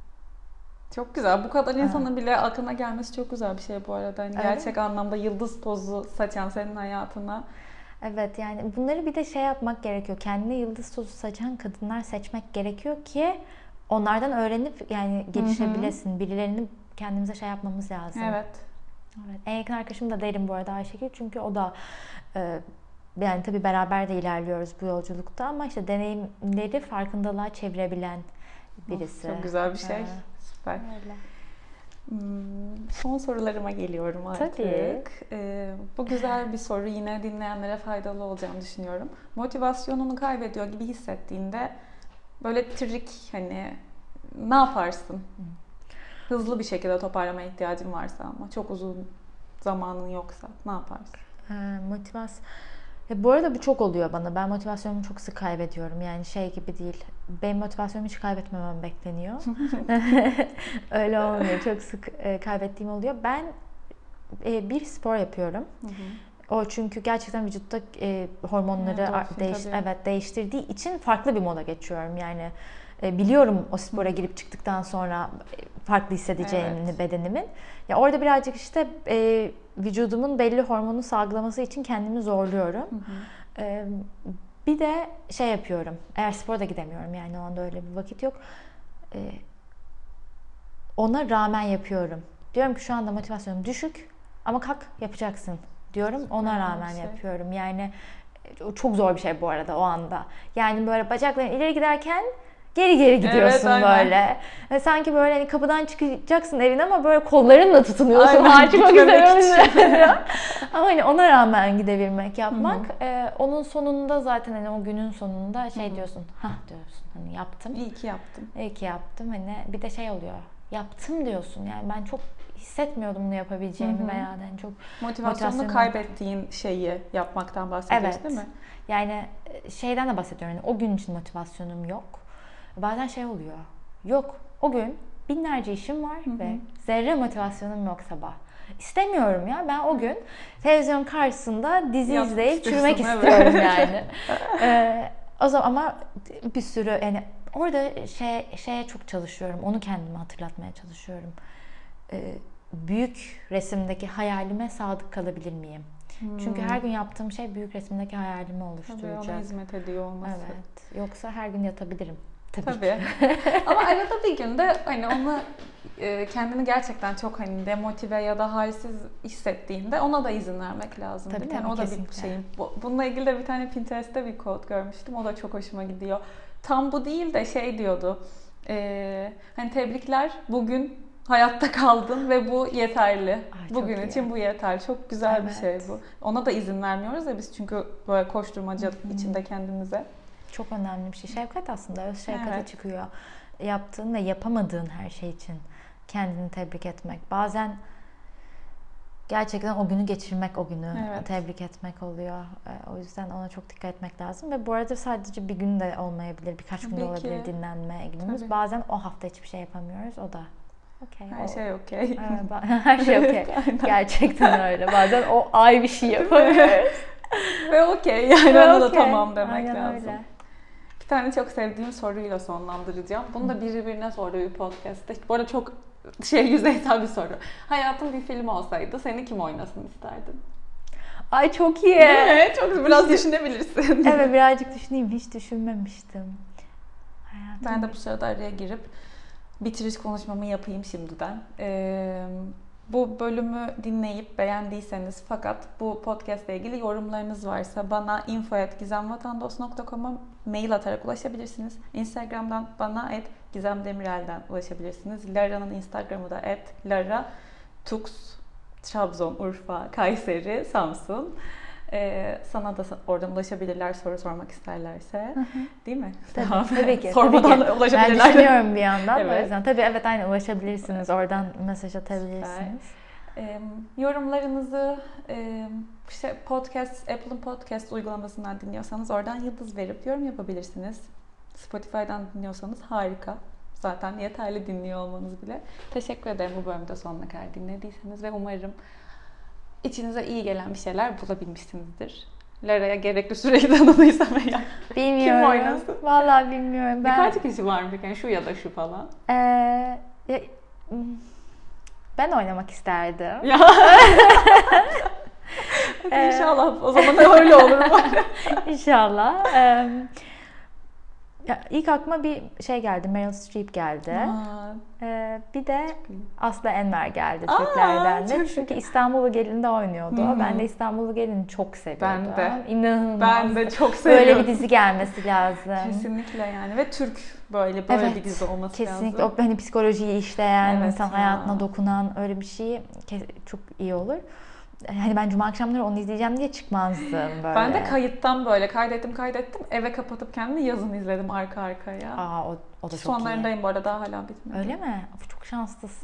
A: çok güzel. Bu kadar insanın bile aklına gelmesi çok güzel bir şey bu arada. Hani gerçek anlamda yıldız tozu saçan senin hayatına.
B: Evet, yani bunları bir de şey yapmak gerekiyor. Kendine yıldız tozu saçan kadınlar seçmek gerekiyor ki onlardan öğrenip yani gelişebilesin. Hı-hı. Birilerini kendimize şey yapmamız lazım.
A: Evet.
B: Evet. En yakın arkadaşım da derim bu arada Ayşegül, çünkü o da e, yani tabii beraber de ilerliyoruz bu yolculukta ama işte deneyimleri farkındalığa çevirebilen birisi.
A: Çok güzel bir şey. Ee, Süper. Öyle. Hmm, son sorularıma geliyorum artık.
B: Tabii.
A: Ee, bu güzel bir soru, yine dinleyenlere faydalı olacağını düşünüyorum. Motivasyonunu kaybediyor gibi hissettiğinde böyle trik, hani ne yaparsın? Hmm. Hızlı bir şekilde toparlamaya ihtiyacın varsa ama çok uzun zamanın yoksa ne yaparsın?
B: Ee, motivasyon. Ya bu arada bu çok oluyor bana. Ben motivasyonumu çok sık kaybediyorum. Yani şey gibi değil. Benim motivasyonumu hiç kaybetmemem bekleniyor. Öyle olmuyor. Çok sık e, kaybettiğim oluyor. Ben e, bir spor yapıyorum. Hı hı. O çünkü gerçekten vücutta e, hormonları evet, değiş, evet değiştirdiği için farklı bir moda geçiyorum. Yani e, biliyorum o spora girip çıktıktan sonra farklı hissedeceğini evet. bedenimin. Ya orada birazcık işte e, vücudumun belli hormonu salgılaması için kendimi zorluyorum. Hı hı. E, bir de şey yapıyorum. Eğer spora da gidemiyorum yani o anda öyle bir vakit yok. E, ona rağmen yapıyorum. Diyorum ki şu anda motivasyonum düşük ama kalk yapacaksın diyorum. Ona rağmen şey. yapıyorum. Yani çok zor bir şey bu arada o anda. Yani böyle bacakların ileri giderken geri geri gidiyorsun evet, böyle. Ve sanki böyle hani kapıdan çıkacaksın evin ama böyle kollarınla tutunuyorsun. Açmak istemiyorsun. Ama hani ona rağmen gidebilmek, yapmak. E, onun sonunda zaten hani o günün sonunda şey Hı-hı. diyorsun. Hah diyorsun. Hani yaptım.
A: İyi ki yaptım.
B: İyi ki yaptım. Hani bir de şey oluyor. Yaptım diyorsun. Yani ben çok hissetmiyordum bunu yapabileceğimi Hı-hı. veya yani çok
A: motivasyonunu kaybettiğin şeyi yapmaktan bahsediyorsun
B: evet.
A: değil mi?
B: Yani şeyden de bahsediyorum. Yani o gün için motivasyonum yok. Bazen şey oluyor. Yok. O gün binlerce işim var Hı-hı. ve zerre motivasyonum yok sabah. İstemiyorum ya. Ben o gün televizyon karşısında dizi Yapmak izleyip çürümek evet. istiyorum yani. ee, o zaman ama bir sürü yani orada şey şeye çok çalışıyorum. Onu kendime hatırlatmaya çalışıyorum. Ee, büyük resimdeki hayalime sadık kalabilir miyim? Hmm. Çünkü her gün yaptığım şey büyük resimdeki hayalimi oluşturacak.
A: Tabii ona hizmet ediyor olması.
B: Evet. Yoksa her gün yatabilirim. Tabii,
A: Tabii.
B: ki.
A: Ama arada bir günde hani onu e, kendini gerçekten çok hani demotive ya da halsiz hissettiğinde ona da izin vermek lazım,
B: Tabii,
A: değil mi? Yani
B: tabii,
A: o da
B: kesinlikle.
A: bir şeyin. Bu- Bununla ilgili de bir tane Pinterest'te bir quote görmüştüm. O da çok hoşuma gidiyor. Tam bu değil de şey diyordu. E, hani tebrikler, bugün hayatta kaldın ve bu yeterli.
B: Ay, çok
A: Bugün
B: iyi.
A: için bu yeter. Çok güzel bir şey
B: Evet.
A: bu. Ona da izin vermiyoruz ya biz, çünkü böyle koşturmaca
B: Hı hı.
A: içinde kendimize.
B: Çok önemli bir şey. Şefkat aslında, öz şefkate
A: Evet.
B: çıkıyor. Yaptığın ve yapamadığın her şey için kendini tebrik etmek. Bazen gerçekten o günü geçirmek, o günü
A: Evet.
B: tebrik etmek oluyor. Ee, O yüzden ona çok dikkat etmek lazım. Ve bu arada sadece bir gün de olmayabilir, birkaç gün de
A: Tabii
B: olabilir
A: ki.
B: dinlenme günümüz.
A: Tabii.
B: Bazen o hafta hiçbir şey yapamıyoruz. O da okey.
A: Her
B: O-
A: şey okey.
B: Evet, ba- her şey okey.
A: Aynen.
B: Gerçekten öyle. Bazen o ay bir şey yapamıyoruz.
A: Ve okey, yani
B: Ve
A: ona da
B: okey.
A: tamam demek
B: Aynen
A: lazım.
B: öyle.
A: Bir tane çok sevdiğim soruyla sonlandıracağım. Bunu da biri birine sordu bir podcast'te. Bu arada çok şey yüzeysel bir soru. Hayatın bir film olsaydı seni kim oynasın isterdin?
B: Ay çok iyi.
A: Değil mi? Çok biraz düşünebilirsin.
B: Evet, birazcık düşüneyim. Hiç düşünmemiştim. Hayatım.
A: Ben de bu sırada araya girip bitiriş konuşmamı yapayım şimdiden. Ee, bu bölümü dinleyip beğendiyseniz fakat bu podcast ile ilgili yorumlarınız varsa bana info at gizemvatandos nokta com'a mail atarak ulaşabilirsiniz. Instagram'dan bana at gizemdemirel'den ulaşabilirsiniz. Lara'nın Instagram'ı da at lara tux Trabzon, Urfa, Kayseri, Samsun. Ee, sana da oradan ulaşabilirler soru sormak isterlerse.
B: Hı hı.
A: Değil mi?
B: Tabii,
A: Tamam.
B: tabii ki.
A: Sormadan
B: tabii
A: da
B: ki.
A: ulaşabilirler.
B: Ben düşünüyorum bir yandan.
A: Evet.
B: O yüzden tabii, evet, aynen ulaşabilirsiniz. Oradan mesaj atabilirsiniz.
A: E, yorumlarınızı e, işte podcast, Apple'ın podcast uygulamasından dinliyorsanız oradan yıldız verip yorum yapabilirsiniz. Spotify'dan dinliyorsanız harika. Zaten yeterli dinliyor olmanız bile. Teşekkür ederim bu bölümde sonuna kadar dinlediyseniz ve umarım içinize iyi gelen bir şeyler bulabilmişsinizdir. Lara'ya gerekli süreyi tanıdıysam eğer.
B: Bilmiyorum.
A: Kim oynasın?
B: Vallahi bilmiyorum. Ben,
A: Birkaç kişi var mı peki? Yani şu ya da şu falan.
B: Ee, ya- ben oynamak isterdim.
A: Ya. İnşallah o zaman da öyle olur.
B: İnşallah. Ee, ya ilk aklıma bir şey geldi. Meryl Streep geldi.
A: Aa,
B: Ee, bir de Aslı Enver geldi
A: Aa,
B: Türklerden de.
A: çok
B: Çünkü
A: şükür.
B: İstanbul'u Gelin'de oynuyordu.
A: Hı hı.
B: Ben de İstanbul'u Gelin'i çok seviyordum.
A: Ben de.
B: İnanılmaz.
A: ben de çok seviyorum.
B: Böyle bir dizi gelmesi lazım.
A: Kesinlikle yani ve Türk böyle böyle
B: Evet,
A: bir dizi olması
B: kesinlikle.
A: lazım.
B: O hani psikolojiyi işleyen,
A: Evet
B: insan
A: ya.
B: hayatına dokunan öyle bir şey kes- çok iyi olur. Hani ben cuma akşamları onu izleyeceğim diye çıkmazdım böyle.
A: Ben de kayıttan böyle kaydettim kaydettim eve kapatıp kendimi yazın izledim arka arkaya.
B: Aa, o, o da çok
A: Sonlarındayım bu arada, daha hala bitmedi.
B: iyi. Öyle mi? Of, çok şanslısın.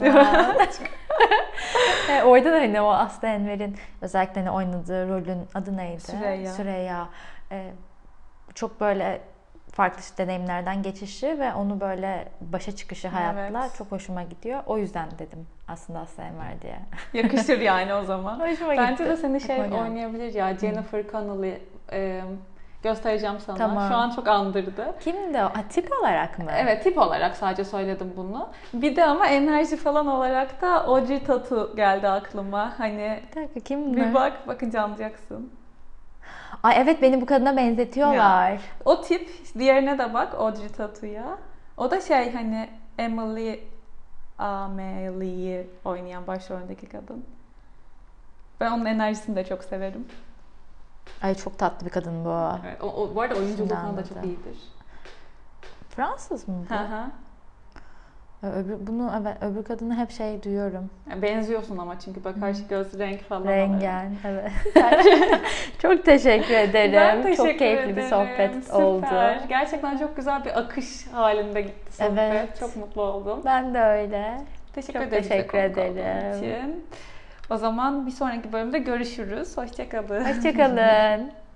B: E, orada da hani o Aslı Enver'in özellikle hani oynadığı rolün adı neydi?
A: Süreyya.
B: Süreyya. E, çok böyle farklı deneyimlerden geçişi ve onu böyle başa çıkışı hayatla
A: Evet.
B: çok hoşuma gidiyor. O yüzden dedim aslında Aslı Enver diye.
A: Yakışır yani o zaman.
B: Hoşuma
A: Bence
B: gitti.
A: de seni şey
B: Aklıma geldi.
A: oynayabilir ya, Jennifer Connelly e, göstereceğim sana.
B: Tamam.
A: Şu an çok andırdı.
B: Kimdi o? Ha, tip olarak mı?
A: Evet, tip olarak sadece söyledim bunu. Bir de ama enerji falan olarak da Audrey Tautou geldi aklıma. Hani
B: Bir dakika, kim
A: bir
B: mi?
A: bak, bakınca anlayacaksın.
B: Ay evet, beni bu kadına benzetiyorlar.
A: O tip, diğerine de bak, Audrey Tautou'ya. O da şey hani Emily Amelie'yi oynayan başroldeki kadın. Ben onun enerjisini de çok severim.
B: Ay çok tatlı bir kadın bu.
A: Evet, o, o, bu arada oyunculuğu
B: Şimdi
A: falan da çok
B: anladım.
A: iyidir.
B: Fransız mı bu?
A: Hı hı.
B: Öbür, bunu evet, öbür kadını hep şey duyuyorum.
A: Yani benziyorsun ama çünkü bak karşı göz renk falan.
B: Rengen, evet. Çok teşekkür ederim.
A: Ben teşekkür
B: çok keyifli
A: ederim.
B: bir sohbet
A: Süper.
B: oldu.
A: Gerçekten çok güzel bir akış halinde gitti sohbet.
B: Evet.
A: Çok mutlu oldum.
B: Ben de öyle.
A: Teşekkür
B: Çok
A: ederim. bize
B: teşekkür
A: konuk olduğun
B: ederim.
A: için. O zaman bir sonraki bölümde görüşürüz. Hoşça kalın.
B: Hoşçakalın.